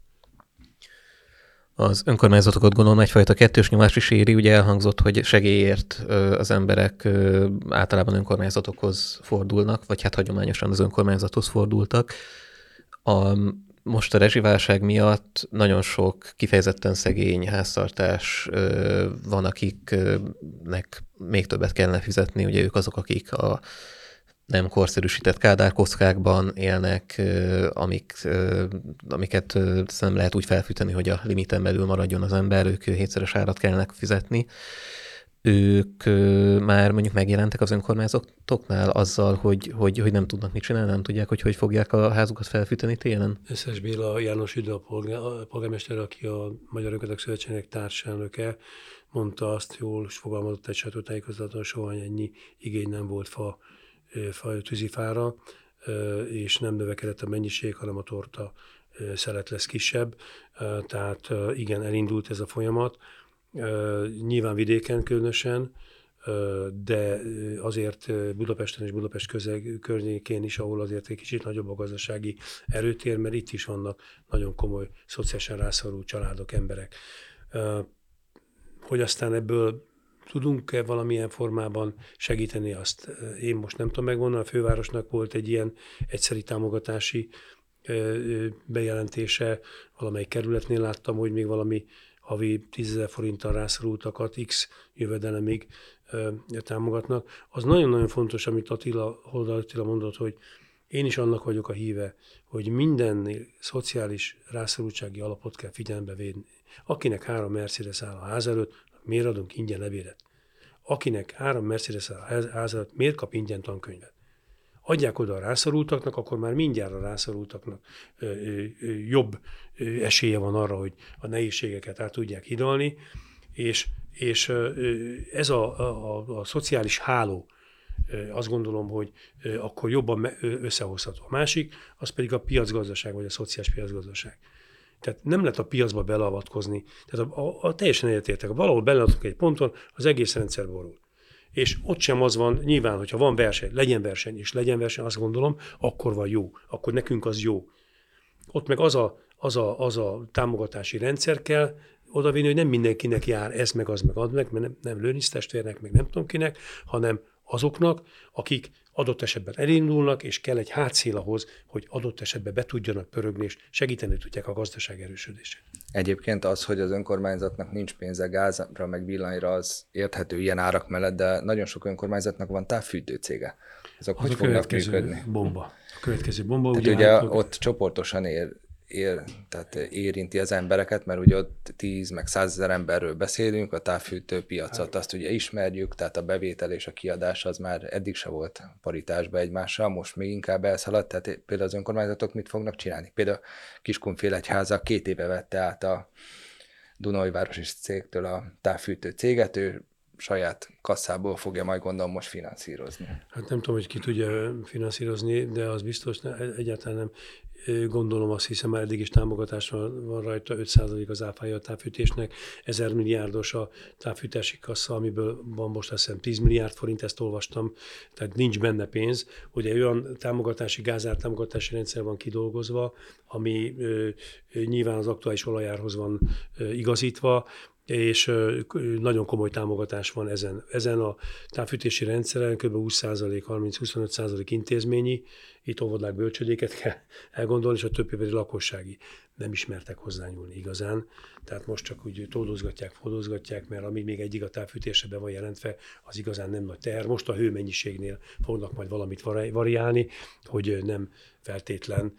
Az önkormányzatokat gondolom egyfajta kettős nyomás is éri, ugye elhangzott, hogy segélyért az emberek általában önkormányzatokhoz fordulnak, vagy hát hagyományosan az önkormányzathoz fordultak. A, most a rezsiválság miatt nagyon sok kifejezetten szegény háztartás van, akiknek még többet kellene fizetni, ugye ők azok, akik a nem korszerűsített kádárkockákban élnek, amik, amiket nem lehet úgy felfűteni, hogy a limiten belül maradjon az ember, ők hétszeres árat kellene fizetni. Ők már mondjuk megjelentek az önkormányzatoknál azzal, hogy, hogy, hogy nem tudnak mit csinálni, nem tudják, hogy hogy fogják a házukat felfűteni télen?
Összes Béla János Üdő, a, polgár, a polgármester, aki a Magyar Önkormányzatok Szövetségének társelnöke, mondta azt jól, és fogalmazott egy sajtótájékoztatóan, soha ennyi igény nem volt fa, fa tűzifára, és nem növekedett a mennyiség, hanem a torta szelet lesz kisebb. Tehát igen, elindult ez a folyamat. Nyilván vidéken különösen, de azért Budapesten és Budapest közeg, környékén is, ahol azért egy kicsit nagyobb a gazdasági erőtér, mert itt is vannak nagyon komoly, szociálisan rászoruló családok, emberek. Hogy aztán ebből tudunk-e valamilyen formában segíteni, azt én most nem tudom megmondani. A fővárosnak volt egy ilyen egyszeri támogatási bejelentése, valamelyik kerületnél láttam, hogy még valami havi tízezer forinttal rászorultakat X jövedelemig támogatnak. Az nagyon-nagyon fontos, amit Attila, Holdal Attila mondott, hogy én is annak vagyok a híve, hogy minden szociális rászorultsági alapot kell figyelembe venni. Akinek három Mercedes áll a ház előtt, miért adunk ingyen ebédet? Akinek három Mercedes áll a ház előtt, miért kap ingyen tankönyvet? Adják oda a rászorultaknak, akkor már mindjárt a rászorultaknak ö, ö, jobb ö, esélye van arra, hogy a nehézségeket át tudják hidalni, és, és ö, ez a, a, a szociális háló, ö, azt gondolom, hogy ö, akkor jobban összehozható. A másik, az pedig a piacgazdaság, vagy a szociális piacgazdaság. Tehát nem lehet a piacba beleavatkozni. Tehát a, a, a teljesen egyetértek. Valahol beleadunk egy ponton, az egész rendszer borul. És ott sem az van, nyilván, hogyha van verseny, legyen verseny, és legyen verseny, azt gondolom, akkor van jó, akkor nekünk az jó. Ott meg az a, az a, az a támogatási rendszer kell odavinni, hogy nem mindenkinek jár ez, meg az, meg ad meg, mert nem, nem lőnisztestvérnek, meg nem tudom kinek, hanem azoknak, akik adott esetben elindulnak, és kell egy hátszél ahhoz, hogy adott esetben be tudjanak pörögni, és segíteni tudják a gazdaság erősödését.
Egyébként az, hogy az önkormányzatnak nincs pénze gázra, meg villanyra, az érthető ilyen árak mellett, de nagyon sok önkormányzatnak van távfűtő cége. Azok
az
hogy
a
fognak
következő
működni?
bomba. A következő bomba.
Tehát
ugye,
ugye
állítok,
ott csoportosan ér, ér, tehát érinti az embereket, mert ugye ott tíz meg százezer emberről beszélünk, a távfűtő piacot azt ugye ismerjük, tehát a bevétel és a kiadás az már eddig se volt paritásban egymással, most még inkább elszaladt, tehát például az önkormányzatok mit fognak csinálni? Például Kiskunfélegyháza két éve vette át a Dunaújvárosi cégtől a távfűtő céget, ő saját kasszából fogja majd gondolom most finanszírozni.
Hát nem tudom, hogy ki tudja finanszírozni, de az biztos ne, egyáltalán nem. Gondolom, azt hiszem, már eddig is támogatás van, van rajta, öt százalék az áfája a távfűtésnek, ezer milliárdos a távfűtési kassa, amiből van most azt hiszem tíz milliárd forint, ezt olvastam, tehát nincs benne pénz. Ugye olyan támogatási, gázár támogatási rendszer van kidolgozva, ami ö, nyilván az aktuális olajárhoz van ö, igazítva, és nagyon komoly támogatás van ezen. Ezen a távfűtési rendszeren kb. húsz százalék, harminc-huszonöt százalék intézményi, itt óvodák, bölcsödéket kell elgondolni, és a többi pedig lakossági. Nem ismertek hozzányúlni igazán, tehát most csak úgy tódozgatják, fordozgatják, mert amíg még egyik a távfűtésre be van jelentve, az igazán nem nagy teher. Most a hőmennyiségnél fognak majd valamit variálni, hogy nem feltétlen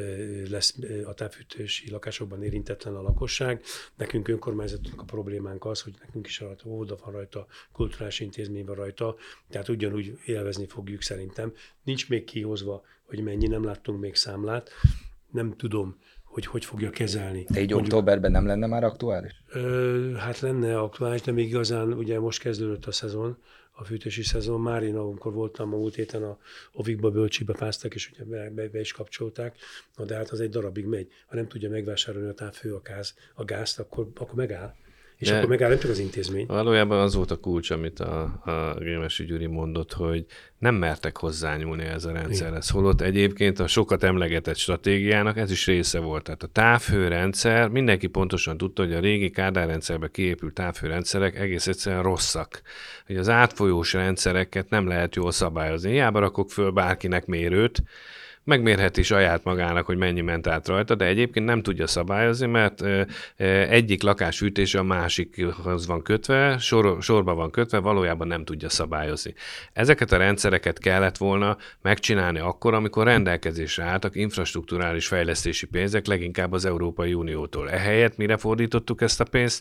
lesz a távfűtési lakásokban érintetlen a lakosság. Nekünk önkormányzatnak a problémánk az, hogy nekünk is rajta óvoda van rajta, kulturális intézmény van rajta, tehát ugyanúgy élvezni fogjuk szerintem. Nincs még kihozva, hogy mennyi, nem láttunk még számlát, nem tudom, hogy hogy fogja kezelni.
De így
Mondjuk,
októberben nem lenne már aktuális?
Ö, hát lenne aktuális, de még igazán ugye most kezdődött a szezon, a fűtési szezon. Már én, amikor voltam a múlt héten a Ovikba, Bölcsibe pászták, és ugye be, be, be is kapcsolták, na de hát az egy darabig megy. Ha nem tudja megvásárolni a távfő a, gáz, a gázt, akkor, akkor megáll. És de akkor megáll nem csak az intézmény.
Valójában az volt a kulcs, amit a, a Rémesi Gyuri mondott, hogy nem mertek hozzányúlni ez a rendszerhez. Holott egyébként a sokat emlegetett stratégiának ez is része volt. Tehát a távhőrendszer, mindenki pontosan tudta, hogy a régi Kádár rendszerbe kiépült távhőrendszerek egész egyszerűen rosszak. Hogy az átfolyós rendszereket nem lehet jól szabályozni. Hiába rakok föl bárkinek mérőt, megmérheti saját magának, hogy mennyi ment át rajta, de egyébként nem tudja szabályozni, mert egyik lakásfűtése a másikhoz van kötve, sor, sorba van kötve, valójában nem tudja szabályozni. Ezeket a rendszereket kellett volna megcsinálni akkor, amikor rendelkezésre álltak infrastrukturális fejlesztési pénzek, leginkább az Európai Uniótól. Ehelyett mire fordítottuk ezt a pénzt?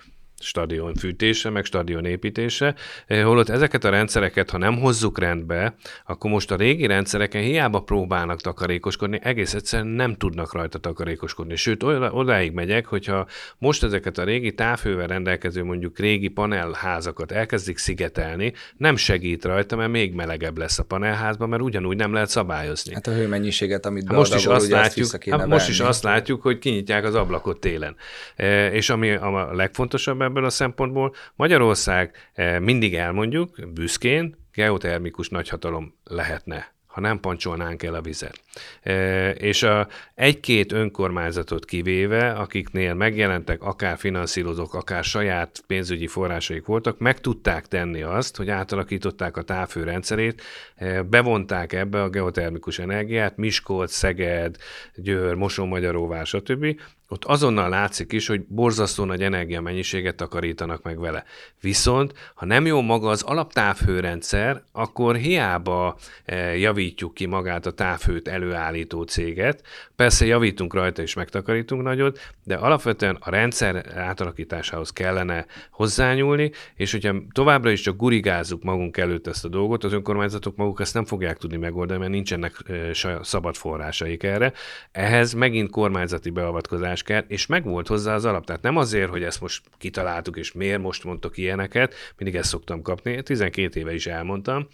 Stadion fűtése, meg stadion építése, holott ezeket a rendszereket, ha nem hozzuk rendbe, akkor most a régi rendszereken hiába próbálnak takarékoskodni, egész egyszerűen nem tudnak rajta takarékoskodni. Sőt, odáig megyek, hogyha most ezeket a régi távhővel rendelkező mondjuk régi panelházakat elkezdik szigetelni, nem segít rajta, mert még melegebb lesz a panelházban, mert ugyanúgy nem lehet szabályozni.
Hát a hőmennyiséget, amit
most is azt
ugye
látjuk,
azt
hát most is azt látjuk, hogy kinyitják az ablakot télen. E, és ami a legfontosabb ebből a szempontból, Magyarország mindig elmondjuk, büszkén, geotermikus nagyhatalom lehetne, ha nem pancsolnánk el a vizet. E, és a egy-két önkormányzatot kivéve, akiknél megjelentek akár finanszírozók, akár saját pénzügyi forrásaik voltak, meg tudták tenni azt, hogy átalakították a távhő rendszerét, e, bevonták ebbe a geotermikus energiát, Miskolc, Szeged, Győr, Mosonmagyaróvár, stb., ott azonnal látszik is, hogy borzasztó nagy energiamennyiséget takarítanak meg vele. Viszont, ha nem jó maga az alaptávhőrendszer, akkor hiába javítjuk ki magát a távhőt előállító céget. Persze javítunk rajta és megtakarítunk nagyot, de alapvetően a rendszer átalakításához kellene hozzányúlni, és hogyha továbbra is csak gurigázzuk magunk előtt ezt a dolgot, az önkormányzatok maguk ezt nem fogják tudni megoldani, mert nincsenek szabad forrásaik erre. Ehhez megint kormányzati beavatkozás kell, és megvolt hozzá az alap. Tehát nem azért, hogy ezt most kitaláltuk, és miért most mondtok ilyeneket, mindig ezt szoktam kapni, tizenkét éve is elmondtam,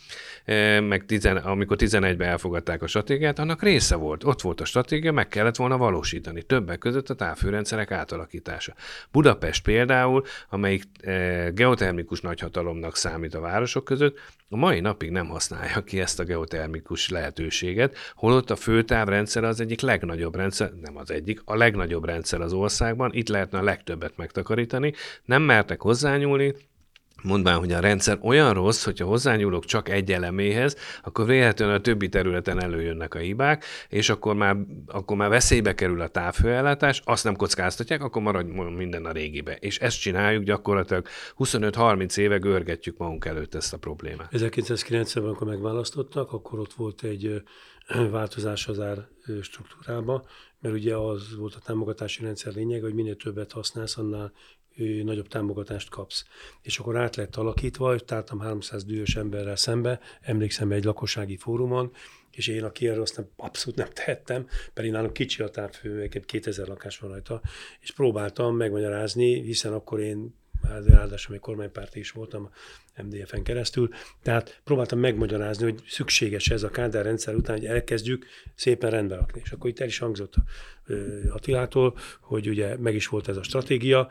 meg tizen, amikor tizenegyben elfogadták a stratégiát, annak része volt. Ott volt a stratégia, meg kellett volna valósítani. Többek között a távhőrendszerek átalakítása. Budapest például, amelyik geotermikus nagyhatalomnak számít a városok között, a mai napig nem használja ki ezt a geotermikus lehetőséget, holott a főtávrendszer az egyik legnagyobb rendszer, nem az egyik, a legnagyobb rendszer az országban, itt lehetne a legtöbbet megtakarítani, nem mertek hozzányúlni, mondván, hogy a rendszer olyan rossz, hogyha hozzányúlok csak egy eleméhez, akkor véletlenül a többi területen előjönnek a hibák, és akkor már, akkor már veszélybe kerül a távhőellátás, azt nem kockáztatják, akkor marad minden a régibe. És ezt csináljuk gyakorlatilag huszonöt-harminc éve görgetjük magunk előtt ezt a problémát.
ezerkilencszázkilencvenben, amikor megválasztottak, akkor ott volt egy változás az ár struktúrába, mert ugye az volt a támogatási rendszer lényeg, hogy minél többet használsz, annál nagyobb támogatást kapsz. És akkor át lett alakítva, tártam háromszáz dühös emberrel szembe, emlékszem egy lakossági fórumon, és én, aki erről azt nem, abszolút nem tehettem, pedig nálam kicsi a távhő, kétezer lakás van rajta, és próbáltam megmagyarázni, hiszen akkor én ráadásul még kormánypárti is voltam em dé ef-en keresztül, tehát próbáltam megmagyarázni, hogy szükséges ez a Kádár rendszer után, hogy elkezdjük szépen rendbe rakni. És akkor itt el is hangzott Attilától, hogy ugye meg is volt ez a stratégia,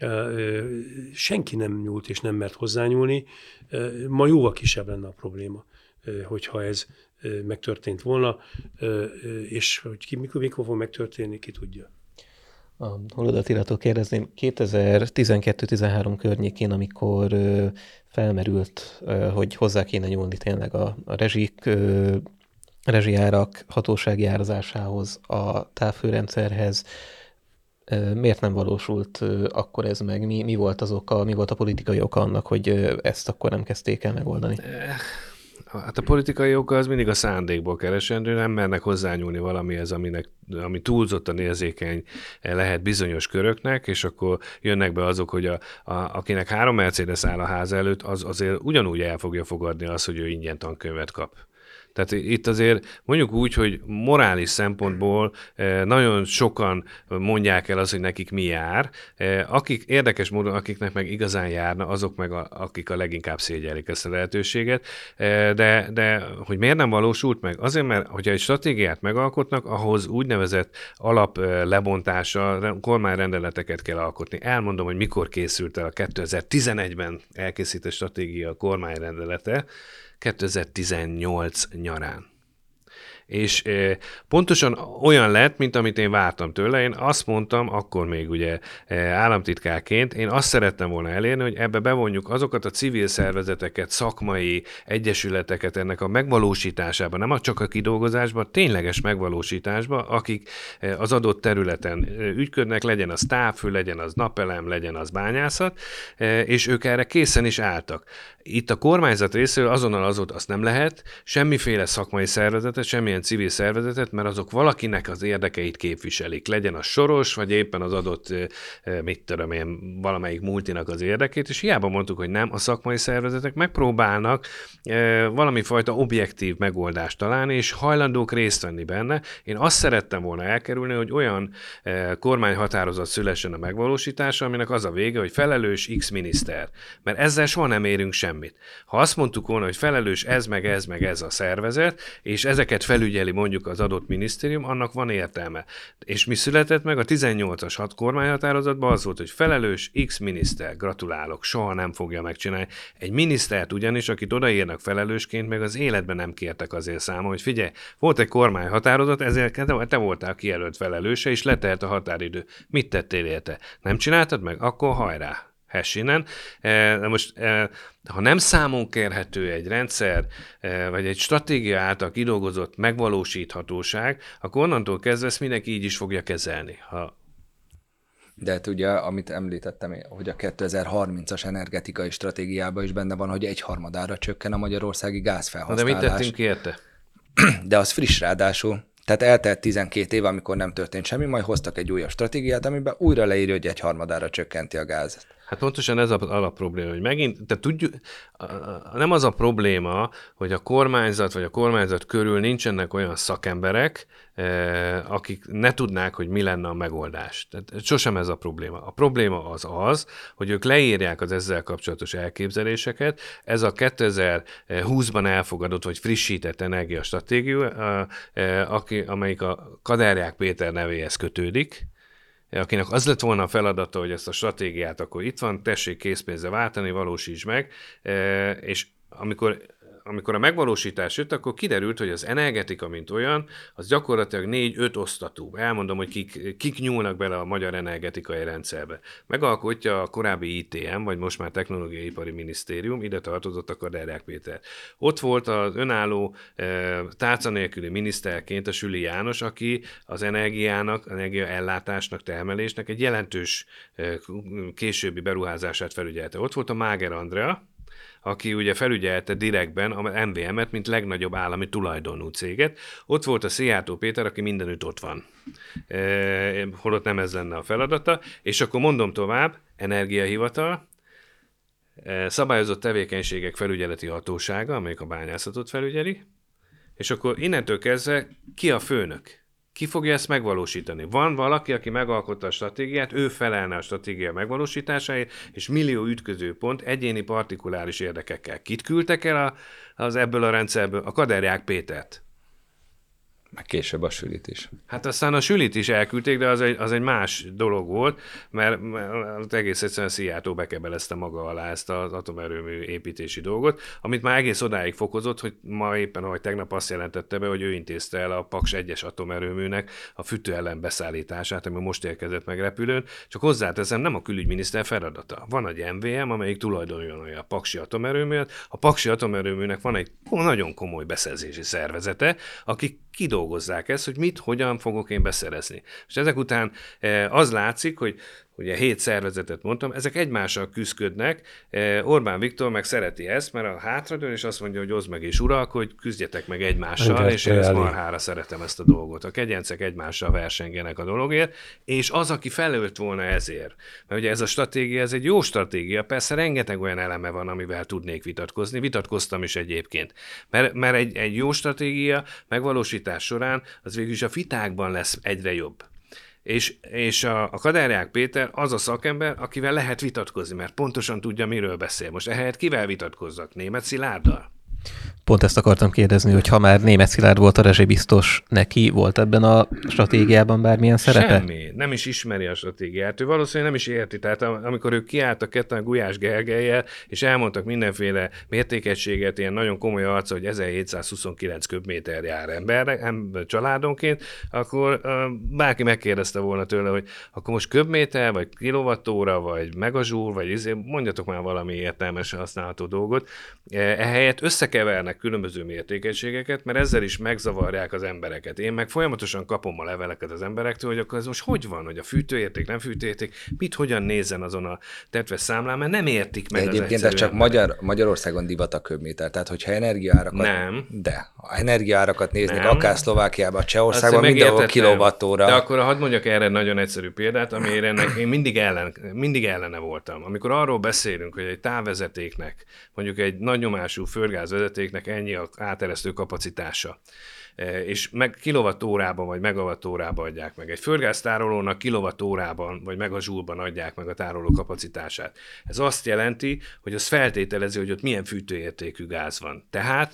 senki nem nyúlt és nem mert hozzányúlni, ma jóval kisebb lenne a probléma, hogyha ez megtörtént volna, és hogy ki, mikor, mikor fog megtörténni, ki tudja.
A Holoda Attilától kérdezném, kétezer-tizenkettő-tizenhárom környékén, amikor ö, felmerült, ö, hogy hozzá kéne nyúlni tényleg a, a rezsik, ö, rezsijárak hatósági árazásához, a távhőrendszerhez, ö, miért nem valósult ö, akkor ez meg? Mi, mi volt az oka, mi volt a politikai oka annak, hogy ö, ezt akkor nem kezdték el megoldani?
Hát a politikai oka az mindig a szándékból keresendő, nem mernek hozzányúlni valamihez, aminek, ami túlzottan érzékeny lehet bizonyos köröknek, és akkor jönnek be azok, hogy a, a, akinek három Mercedes áll a ház előtt, az azért ugyanúgy el fogja fogadni azt, hogy ő ingyen tankönyvet kap. Tehát itt azért mondjuk úgy, hogy morális szempontból nagyon sokan mondják el azt, hogy nekik mi jár. Akik érdekes módon, akiknek meg igazán járna, azok meg a, akik a leginkább szégyellik ezt a lehetőséget. De, de hogy miért nem valósult meg? Azért, mert hogyha egy stratégiát megalkotnak, ahhoz úgynevezett alap lebontása, kormányrendeleteket kell alkotni. Elmondom, hogy mikor készült el a kétezer-tizenegyben elkészített stratégia kormányrendelete, kétezer-tizennyolc nyarán. És e, pontosan olyan lett, mint amit én vártam tőle. Én azt mondtam, akkor még ugye e, államtitkárként, én azt szerettem volna elérni, hogy ebbe bevonjuk azokat a civil szervezeteket, szakmai egyesületeket ennek a megvalósításába, nem csak a kidolgozásban, tényleges megvalósításba, akik e, az adott területen e, ügyködnek, legyen az távhő, legyen az napelem, legyen az bányászat, e, és ők erre készen is álltak. Itt a kormányzat részéről azonnal az volt, azt nem lehet, semmiféle szakmai szervezetet, semmilyen civil szervezetet, mert azok valakinek az érdekeit képviselik. Legyen az Soros, vagy éppen az adott, mit tudom én, valamelyik multinak az érdekét, és hiába mondtuk, hogy nem, a szakmai szervezetek megpróbálnak valami fajta objektív megoldást találni, és hajlandók részt venni benne. Én azt szerettem volna elkerülni, hogy olyan kormányhatározat szülessen a megvalósítása, aminek az a vége, hogy felelős X miniszter. Mert ezzel soha nem érünk semmit. Ha azt mondtuk volna, hogy felelős ez, meg ez, meg ez a szervezet, és ezeket felügyeli mondjuk az adott minisztérium, annak van értelme. És mi született meg? A tizennyolcas hat kormányhatározatban az volt, hogy felelős X miniszter, gratulálok, soha nem fogja megcsinálni. Egy minisztert ugyanis, akit odaírnak felelősként, meg az életben nem kértek azért számon, hogy figyelj, volt egy kormányhatározat, ezért te voltál kijelölt felelőse, és letelt a határidő. Mit tettél érte? Nem csináltad meg? Akkor hajrá! Hessinen. De most, ha nem számon kérhető egy rendszer, vagy egy stratégia által kidolgozott megvalósíthatóság, akkor onnantól kezdve ezt mindenki így is fogja kezelni. Ha...
De hát ugye, amit említettem, hogy a kétezer-harmincas energetikai stratégiában is benne van, hogy egyharmadára csökken a magyarországi gázfelhasználás.
De mit tettünk érte?
De az friss ráadásul. Tehát eltelt tizenkét év, amikor nem történt semmi, majd hoztak egy újabb stratégiát, amiben újra leírja, hogy egy harmadára csökkenti a gázat.
Hát pontosan ez az alapprobléma, hogy megint, tehát tudjuk, nem az a probléma, hogy a kormányzat vagy a kormányzat körül nincsenek olyan szakemberek, akik ne tudnák, hogy mi lenne a megoldás. Tehát sosem ez a probléma. A probléma az az, hogy ők leírják az ezzel kapcsolatos elképzeléseket. Ez a kétezer-húszban elfogadott vagy frissített energiastratégia, amelyik a Kaderják Péter nevéhez kötődik, akinek az lett volna a feladata, hogy ezt a stratégiát akkor itt van, tessék készpénzre váltani, valósíts meg, és amikor amikor a megvalósítás jött, akkor kiderült, hogy az energetika, mint olyan, az gyakorlatilag négy-öt osztatú. Elmondom, hogy kik, kik nyúlnak bele a magyar energetikai rendszerbe. Megalkotja a korábbi I T M, vagy most már Technológiai Ipari Minisztérium, ide tartozott a Kaderják Péter. Ott volt az önálló e, tárca nélküli miniszterként a Süli János, aki az energiának, energiaellátásnak, termelésnek egy jelentős e, későbbi beruházását felügyelte. Ott volt a Máger Andrea, aki ugye felügyelte direktben a em vé em-et, mint legnagyobb állami tulajdonú céget. Ott volt a Szijjártó Péter, aki mindenütt ott van. E, holott nem ez lenne a feladata. És akkor mondom tovább, Energiahivatal, e, szabályozott tevékenységek felügyeleti hatósága, amelyik a bányászatot felügyeli, és akkor innentől kezdve ki a főnök? Ki fogja ezt megvalósítani? Van valaki, aki megalkotta a stratégiát, ő felelne a stratégia megvalósításáért, és millió ütközőpont egyéni partikuláris érdekekkel. Kit küldtek el a, az ebből a rendszerből? A Kaderják Pétert.
Meg később a sülit is.
Hát aztán a sülit is elküldték, de az egy, az egy más dolog volt, mert, mert egész egyszerűen Szijjártó bekebelezte maga alá ezt az atomerőmű építési dolgot, amit már egész odáig fokozott, hogy ma éppen, ahogy tegnap azt jelentette be, hogy ő intézte el a Paks egyes atomerőműnek a fűtőellen beszállítását, ami most érkezett meg repülőn. Csak hozzáteszem, nem a külügyminiszter feladata. Van egy em vé em, amelyik tulajdonolja a Paksi atomerőművet. A Paksi atomerőműnek van egy nagyon komoly beszerzési szervezete, akik kidolgozzák ezt, hogy mit, hogyan fogok én beszerezni. És ezek után az látszik, hogy ugye hét szervezetet mondtam, ezek egymással küzdködnek. Orbán Viktor meg szereti ezt, mert a hátradől, és azt mondja, hogy oszd meg és uralkodj, küzdjetek meg egymással, engedte és én ezt marhára szeretem ezt a dolgot. A kegyencek egymással versengenek a dologért, és az, aki felölt volna ezért. Mert ugye ez a stratégia, ez egy jó stratégia, persze rengeteg olyan eleme van, amivel tudnék vitatkozni, vitatkoztam is egyébként. Mert, mert egy, egy jó stratégia megvalósítás során az végül is a vitákban lesz egyre jobb. És, és a, a Kaderják Péter az a szakember, akivel lehet vitatkozni, mert pontosan tudja, miről beszél. Most ehelyett kivel vitatkozzak? Németh Szilárddal?
Pont ezt akartam kérdezni, hogy ha már Németh Szilárd volt a rezsibiztos, neki volt ebben a stratégiában bármilyen szerepe?
Semmi. Nem is ismeri a stratégiát. Ő valószínűleg nem is érti. Tehát amikor ők kiálltak ketten a Gulyás Gergellyel, és elmondtak mindenféle mértékegységet, ilyen nagyon komoly arca, hogy ezerhétszázhuszonkilenc köbméter jár embernek, ember családonként, akkor uh, bárki megkérdezte volna tőle, hogy akkor most köbméter, vagy kilovattóra, vagy megazsúr, vagy izé, mondjatok már valami értelmesen használható dolgot. Ehelyett összekevernek különböző mértékegységeket, mert ezzel is megzavarják az embereket. Én meg folyamatosan kapom a leveleket az emberektől, hogy akkor ez most hogy van, hogy a fűtőérték, nem fűtőérték, mit hogyan nézzen azon a tetves számlán, mert nem értik meg. De
egyébként ez csak Magyar, Magyarországon divat a köbméter, tehát hogyha energiaárakat...
Nem.
De, ha energiaárakat néznék,
nem.
Akár Szlovákiában, Csehországban, mindenhol kilovattóra.
De akkor hadd mondjak erre nagyon egyszerű példát, amire ennek én mindig, ellen, mindig ellene voltam. Amikor arról beszélünk, hogy egy távvezetéknek, mondjuk egy nagy nyomású földgázvezetéknek ennyi a áteresztő kapacitása, és meg kilovattórában vagy megawattórában adják meg. Egy földgáztárolónak kilovattórában vagy megazsúrban adják meg a tároló kapacitását. Ez azt jelenti, hogy az feltételezi, hogy ott milyen fűtőértékű gáz van. Tehát,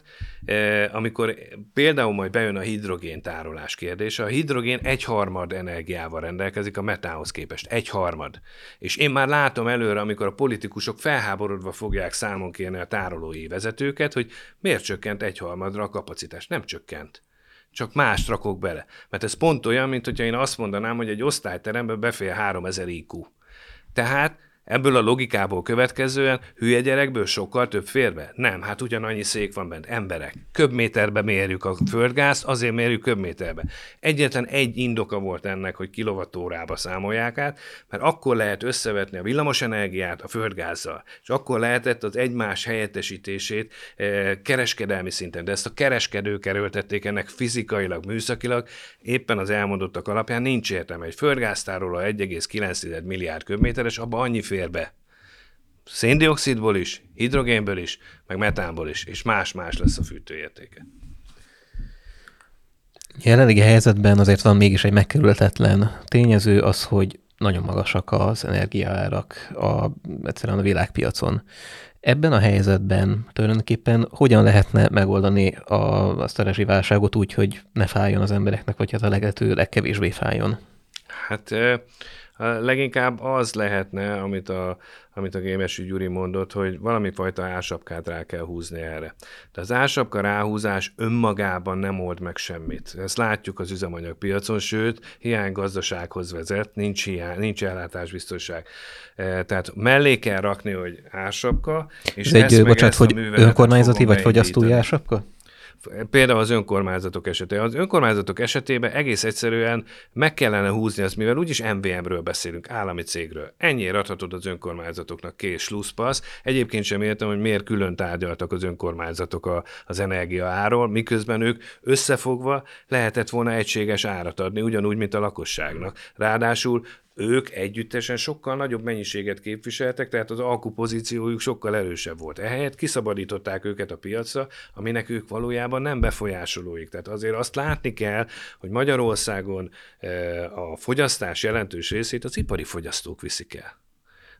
amikor például majd bejön a hidrogén tárolás kérdése, a hidrogén egyharmad energiával rendelkezik a metánhoz képest. Egyharmad. És én már látom előre, amikor a politikusok felháborodva fogják számon kérni a tárolói vezetőket, hogy miért csökkent egyharmadra a kapacitás. Nem csökkent. Csak mást rakok bele. Mert ez pont olyan, mint hogyha én azt mondanám, hogy egy osztályterembe befér háromezer I Q. Tehát ebből a logikából következően hülye gyerekből sokkal több fér be? Nem, hát ugyanannyi szék van bent. Emberek. Köbméterbe mérjük a földgázt, azért mérjük köbméterbe. Egyetlen egy indoka volt ennek, hogy kilovattórába számolják át, mert akkor lehet összevetni a villamosenergiát a földgázzal, és akkor lehetett az egymás helyettesítését e, kereskedelmi szinten. De ezt a kereskedők erőltették ennek fizikailag, műszakilag, éppen az elmondottak alapján nincs értelme. Egy földgáztároló egy egész kilenc milliárd köbméteres, abban annyi fér be. Széndioxidból is, hidrogénből is, meg metánból is, és más-más lesz a fűtőértéke.
Jelenlegi helyzetben azért van mégis egy megkerülhetetlen tényező az, hogy nagyon magasak az energiaárak a, egyszerűen a világpiacon. Ebben a helyzetben tulajdonképpen hogyan lehetne megoldani a, azt a rezsiválságot úgy, hogy ne fájjon az embereknek, vagy hát a lehető legkevésbé fájjon?
Hát leginkább az lehetne, amit a, amit a Gémesi Gyuri mondott, hogy valami fajta ársapkát rá kell húzni erre. De az ársapka ráhúzás önmagában nem old meg semmit. Ezt látjuk az üzemanyagpiacon, sőt, hiánygazdasághoz vezet, nincs, hiány, nincs ellátásbiztonság. Tehát mellé kell rakni, hogy ársapka, és
Ez
ezt
egy,
meg
bocsánat,
ezt a
hogy
műveletet
önkormányzati vagy
fogom
fogyasztói
beindítani.
ársapka?
Például az önkormányzatok esetében. Az önkormányzatok esetében egész egyszerűen meg kellene húzni azt, mivel úgyis em vé em-ről beszélünk, állami cégről. Ennyire adhatod az önkormányzatoknak kész slusszpassz. Egyébként sem értem, hogy miért külön tárgyaltak az önkormányzatok a, az energia áról, miközben ők összefogva lehetett volna egységes árat adni, ugyanúgy, mint a lakosságnak. Ráadásul ők együttesen sokkal nagyobb mennyiséget képviseltek, tehát az alkupozíciójuk sokkal erősebb volt. Ehelyett kiszabadították őket a piacra, aminek ők valójában nem befolyásolóik. Tehát azért azt látni kell, hogy Magyarországon a fogyasztás jelentős részét az ipari fogyasztók viszik el.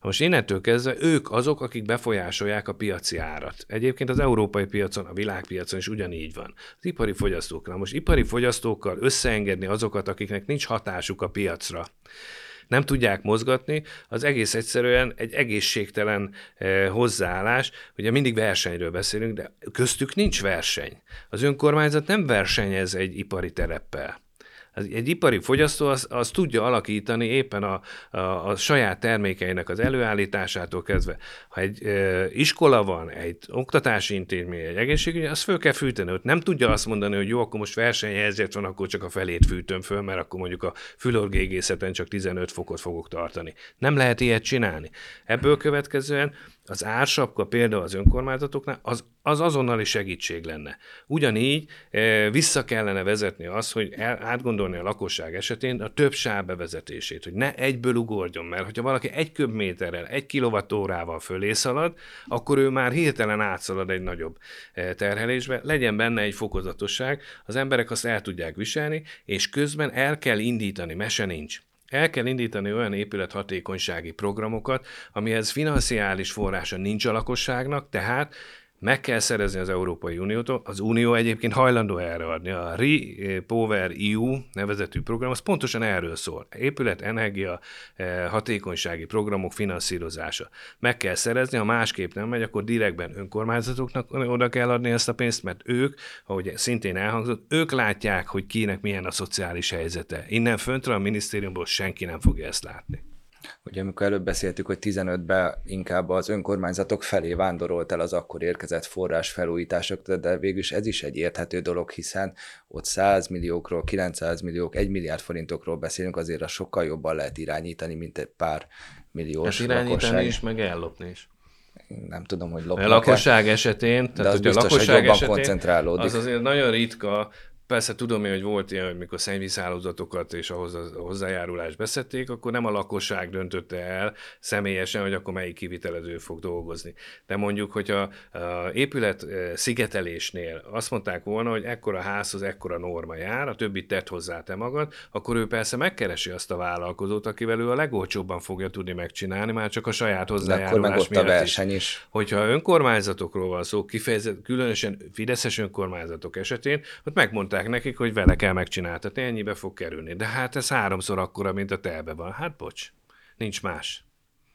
Most innentől kezdve ők azok, akik befolyásolják a piaci árat. Egyébként az európai piacon, a világpiacon is ugyanígy van. Az ipari fogyasztóknál. Most ipari fogyasztókkal összeengedni azokat, akiknek nincs hatásuk a piacra, nem tudják mozgatni, az egész egyszerűen egy egészségtelen eh, hozzáállás. Ugye mindig versenyről beszélünk, de köztük nincs verseny. Az önkormányzat nem versenyez egy ipari tereppel. Egy ipari fogyasztó az, az tudja alakítani éppen a, a, a saját termékeinek az előállításától kezdve. Ha egy e, iskola van, egy oktatási intézmény, egy egészségügy, azt föl kell fűteni. Ott nem tudja azt mondani, hogy jó, akkor most versenyhelyzet van, akkor csak a felét fűtöm föl, mert akkor mondjuk a fülorgégészeten csak tizenöt fokot fogok tartani. Nem lehet ilyet csinálni. Ebből következően az ársapka például az önkormányzatoknál az, az azonnali segítség lenne. Ugyanígy e, vissza kellene vezetni azt, hogy el, átgondolni a lakosság esetén a több sáv bevezetését, hogy ne egyből ugorjon, mert hogyha valaki egy köbméterrel, egy kilovattórával fölé szalad, akkor ő már hirtelen átszalad egy nagyobb e, terhelésbe, legyen benne egy fokozatosság, az emberek azt el tudják viselni, és közben el kell indítani, mese nincs. El kell indítani olyan épülethatékonysági programokat, amihez financiális forrása nincs a lakosságnak, tehát meg kell szerezni az Európai Uniótól. Az Unió egyébként hajlandó erre adni. A RePower é u nevezetű program, az pontosan erről szól. Épület, energia, hatékonysági programok finanszírozása. Meg kell szerezni, ha másképp nem megy, akkor direktben önkormányzatoknak oda kell adni ezt a pénzt, mert ők, ahogy szintén elhangzott, ők látják, hogy kinek milyen a szociális helyzete. Innen föntre a minisztériumból senki nem fogja ezt látni.
Ugye amikor előbb beszéltük, hogy tizenötben inkább az önkormányzatok felé vándorolt el az akkor érkezett forrás felújítások, de végülis ez is egy érthető dolog, hiszen ott száz milliókról, kilencszáz milliók, egy milliárd forintokról beszélünk, azért a sokkal jobban lehet irányítani, mint egy pár milliós
hát irányítani
lakosság.
is, meg ellopni is.
Nem tudom, hogy lopnak.
A lakosság esetén, tehát
az
hogy
biztos,
a lakosság
hogy jobban
esetén,
koncentrálódik.
az azért nagyon ritka. Persze tudom én, hogy volt ilyen, hogy mikor szennyvízhálózatokat és ahhoz a hozzájárulást beszedték, akkor nem a lakosság döntötte el személyesen, hogy akkor melyik kivitelező fog dolgozni. De mondjuk, hogyha a épület szigetelésnél azt mondták volna, hogy ekkora házhoz ekkora norma jár, a többit tett hozzá te magad, akkor ő persze megkeresi azt a vállalkozót, akivel ő a legolcsóbban fogja tudni megcsinálni, már csak a saját hozzájárulás miatt
a verseny is.
is. Hogyha önkormányzatokról van szó, kifejezett, különösen fideszes önkormányzatok esetén, ott megmondták nekik, hogy vele kell megcsináltatni, ennyibe fog kerülni. De hát ez háromszor akkora, mint a telbe van. Hát bocs, nincs más.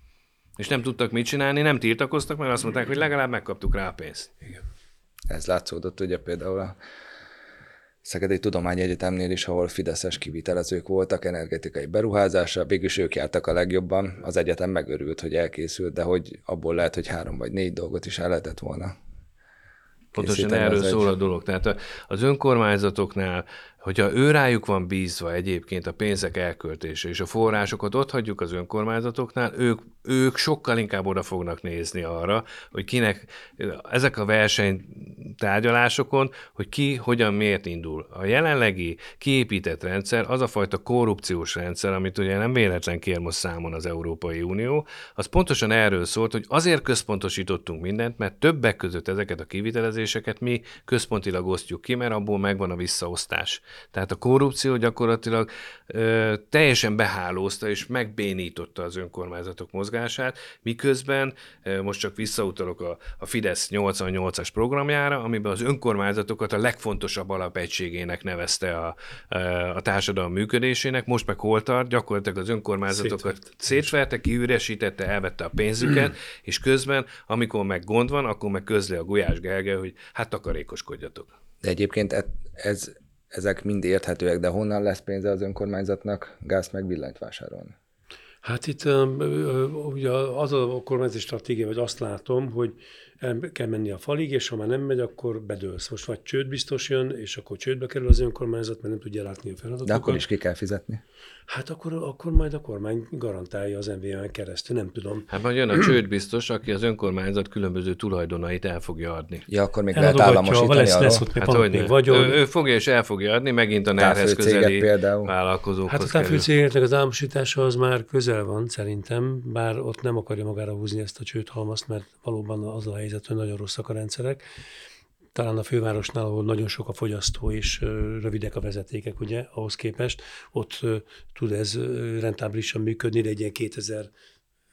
És nem tudtak mit csinálni, nem tiltakoztak, mert azt mondták, hogy legalább megkaptuk rá a pénzt.
Igen.
Ez látszódott ugye például a Szegedi Tudományegyetemnél is, ahol fideszes kivitelezők voltak energetikai beruházásra, végülis ők jártak a legjobban, az egyetem megörült, hogy elkészült, de hogy abból lehet, hogy három vagy négy dolgot is el lehetett volna.
Pontosan erről szól a dolog. Tehát az önkormányzatoknál, hogyha ő rájuk van bízva egyébként a pénzek elköltése, és a forrásokat ott hagyjuk az önkormányzatoknál, ők, ők sokkal inkább oda fognak nézni arra, hogy kinek ezek a versenytárgyalásokon, hogy ki hogyan miért indul. A jelenlegi kiépített rendszer, az a fajta korrupciós rendszer, amit ugye nem véletlen kér most számon az Európai Unió, az pontosan erről szólt, hogy azért központosítottunk mindent, mert többek között ezeket a kivitelezéseket mi központilag osztjuk ki, mert abból megvan a visszaosztás. Tehát a korrupció gyakorlatilag ö, teljesen behálózta és megbénította az önkormányzatok mozgását, miközben ö, most csak visszautalok a, a Fidesz nyolcvannyolcas programjára, amiben az önkormányzatokat a legfontosabb alapegységének nevezte a, a társadalom működésének, most meg hol tart, gyakorlatilag az önkormányzatokat Szétvert. szétverte, kiüresítette, elvette a pénzüket, és közben, amikor meg gond van, akkor meg közli a Gulyás Gergely, hogy hát takarékoskodjatok.
De egyébként ez ezek mind érthetőek, de honnan lesz pénze az önkormányzatnak gáz meg villanyt vásárolni?
Hát itt ugye az a kormányzati stratégia, vagy azt látom, hogy el kell menni a falig, és ha már nem megy, akkor bedőlsz. Most vagy csőd biztos jön, és akkor csődbe kerül az önkormányzat, mert nem tudja látni a feladatokat.
De akkor is ki kell fizetni.
Hát akkor, akkor majd a kormány garantálja az em vé en keresztül, nem tudom.
Hát majd jön a csőd biztos, aki az önkormányzat különböző tulajdonait el fogja adni.
Ja, akkor még lehet államosítani
lesz,
arról.
lesz ott még,
hát hogy
még vagyon.
Ő, ő fogja és el fogja adni, megint a nerhez közeli vállalkozókhoz
Hát a távfőcégeknek az államosítása az már közel van szerintem, bár ott nem akarja magára húzni ezt a csődhalmazt, mert valóban az a helyzet, hogy nagyon rosszak a rendszerek. Talán a fővárosnál, ahol nagyon sok a fogyasztó és rövidek a vezetékek, ugye, ahhoz képest, ott tud ez rentábilisan működni, de egy ilyen kétezer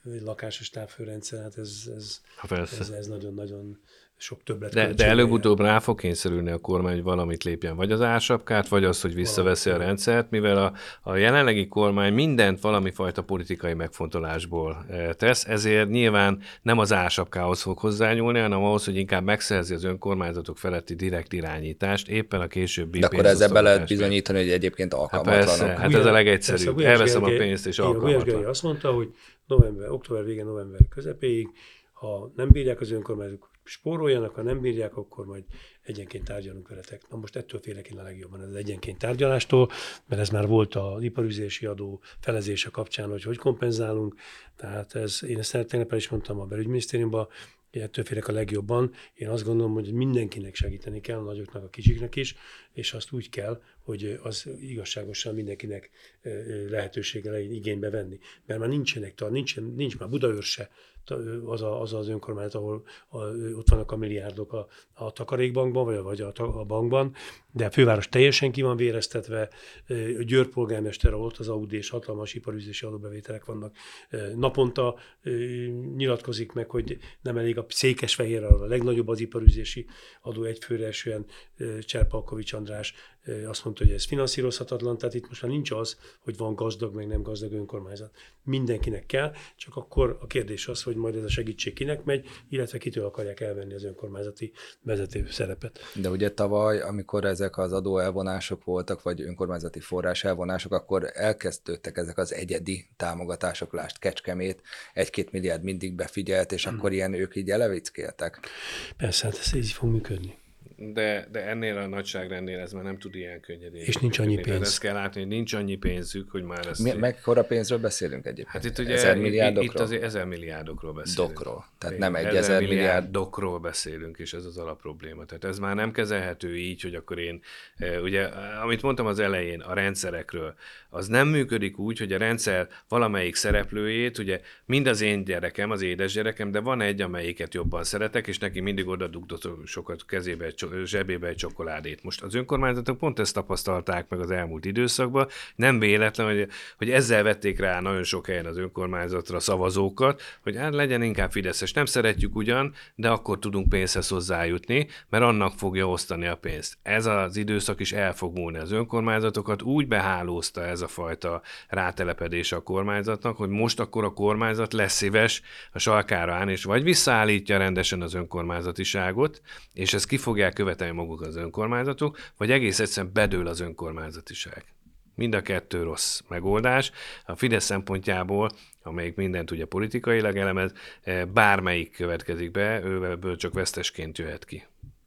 lakásos távfőrendszer, hát ez, ez, ez, ez nagyon-nagyon sok többlet.
De, de előbb-utóbb rá fog kényszerülni a kormány, hogy valamit lépjen, vagy az ársapkát, vagy az, hogy visszaveszi a rendszert, mivel a, a jelenlegi kormány mindent valami fajta politikai megfontolásból tesz, ezért nyilván nem az ársapkához fog hozzányúlni, hanem ahhoz, hogy inkább megszerzi az önkormányzatok feletti direkt irányítást, éppen a későbbi
de akkor ezzel be lehet bizonyítani, hogy egyébként alkalmatlanok.
Hát persze, hát ez a legegyszerűbb. Elveszem a pénzt, és alkalmatlan.
Azt mondta, hogy november, október végén, november közepéig, ha nem bírják az önkormányzatok, spóroljanak, ha nem bírják, akkor majd egyenként tárgyalunk veletek. Na most ettől félek én a legjobban az egyenként tárgyalástól, mert ez már volt az iparüzési adó felezése kapcsán, hogy hogy kompenzálunk. Tehát ez, én ezt tegnap el is mondtam a belügyminisztériumban, ettől félek a legjobban. Én azt gondolom, hogy mindenkinek segíteni kell, a nagyoknak, a kicsiknek is, és azt úgy kell, hogy az igazságosan mindenkinek lehetősége legyen igénybe venni. Mert már nincsenek, nincs, nincs már Budaörs se az, a, az az önkormányzat, ahol a, ott vannak a milliárdok a, a takarékbankban, vagy a, vagy a, a bankban, de a főváros teljesen ki van véreztetve, a Győr polgármester, ott az Audi és hatalmas iparüzési adóbevételek vannak. Naponta nyilatkozik meg, hogy nem elég a Székesfehérre, a legnagyobb az iparüzési adó egyfőre esően, Cserpalkovics András azt mondta, hogy ez finanszírozhatatlan, tehát itt most már nincs az, hogy van gazdag, meg nem gazdag önkormányzat. Mindenkinek kell, csak akkor a kérdés az, hogy majd ez a segítség kinek megy, illetve kitől akarják elvenni az önkormányzati vezető szerepet.
De ugye tavaly, amikor ezek az adóelvonások voltak, vagy önkormányzati forrás elvonások, akkor elkezdődtek ezek az egyedi támogatások, lást Kecskemét, egy-két milliárd mindig befigyelt, és hmm. akkor ilyen ők így elevickéltek.
Persze, hát ez így fog működni.
De, de ennél a nagyságrendnél ez már nem tud ilyen könnyedén.
És nincs annyi pénz.
Ezt kell látni, hogy nincs annyi pénzük, hogy már ezt...
Mi, mekkora pénzről beszélünk egyébként?
Hát itt ugye
ezer milliárdokról?
Itt azért ezer milliárdokról beszélünk.
Dokról. Tehát nem egy ezer milliárd.
Dokról beszélünk, és ez az alapprobléma. Tehát ez már nem kezelhető így, hogy akkor én, ugye, amit mondtam az elején, a rendszerekről, az nem működik úgy, hogy a rendszer valamelyik szereplőjét, ugye mind az én gyerekem, az édes gyerekem, de van egy, amelyiket jobban szeretek, és neki mindig oda dugdok sokat kezébe egy zsebébe egy csokoládét. Most az önkormányzatok pont ezt tapasztalták meg az elmúlt időszakban. Nem véletlen, hogy, hogy ezzel vették rá nagyon sok helyen az önkormányzatra szavazókat, hogy hát legyen inkább fideszes. Nem szeretjük ugyan, de akkor tudunk pénzhez hozzájutni, mert annak fogja osztani a pénzt. Ez az időszak is el fog múlni. Az önkormányzatokat úgy behálózta ez a fajta rátelepedés a kormányzatnak, hogy most akkor a kormányzat lesz szíves a salkára állni, és vagy visszaállítja rendesen az önkormányzatiságot, és ezt ki fogják követelni maguk az önkormányzatok, vagy egész egyszerűen bedől az önkormányzatiság. Mind a kettő rossz megoldás. A Fidesz szempontjából, amelyik mindent ugye politikailag elemez, bármelyik következik be, őből csak vesztesként jöhet ki.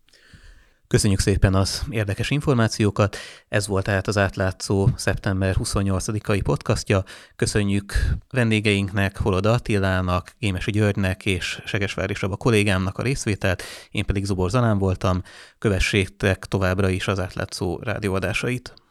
Köszönjük szépen az érdekes információkat. Ez volt tehát az átlátszó szeptember huszonnyolcadikai podcastja. Köszönjük vendégeinknek, Holoda Attilának, Gémesi Györgynek és Segesvári Saba kollégámnak a részvételt, én pedig Zubor Zalán voltam. Kövessétek továbbra is az átlátszó rádióadásait.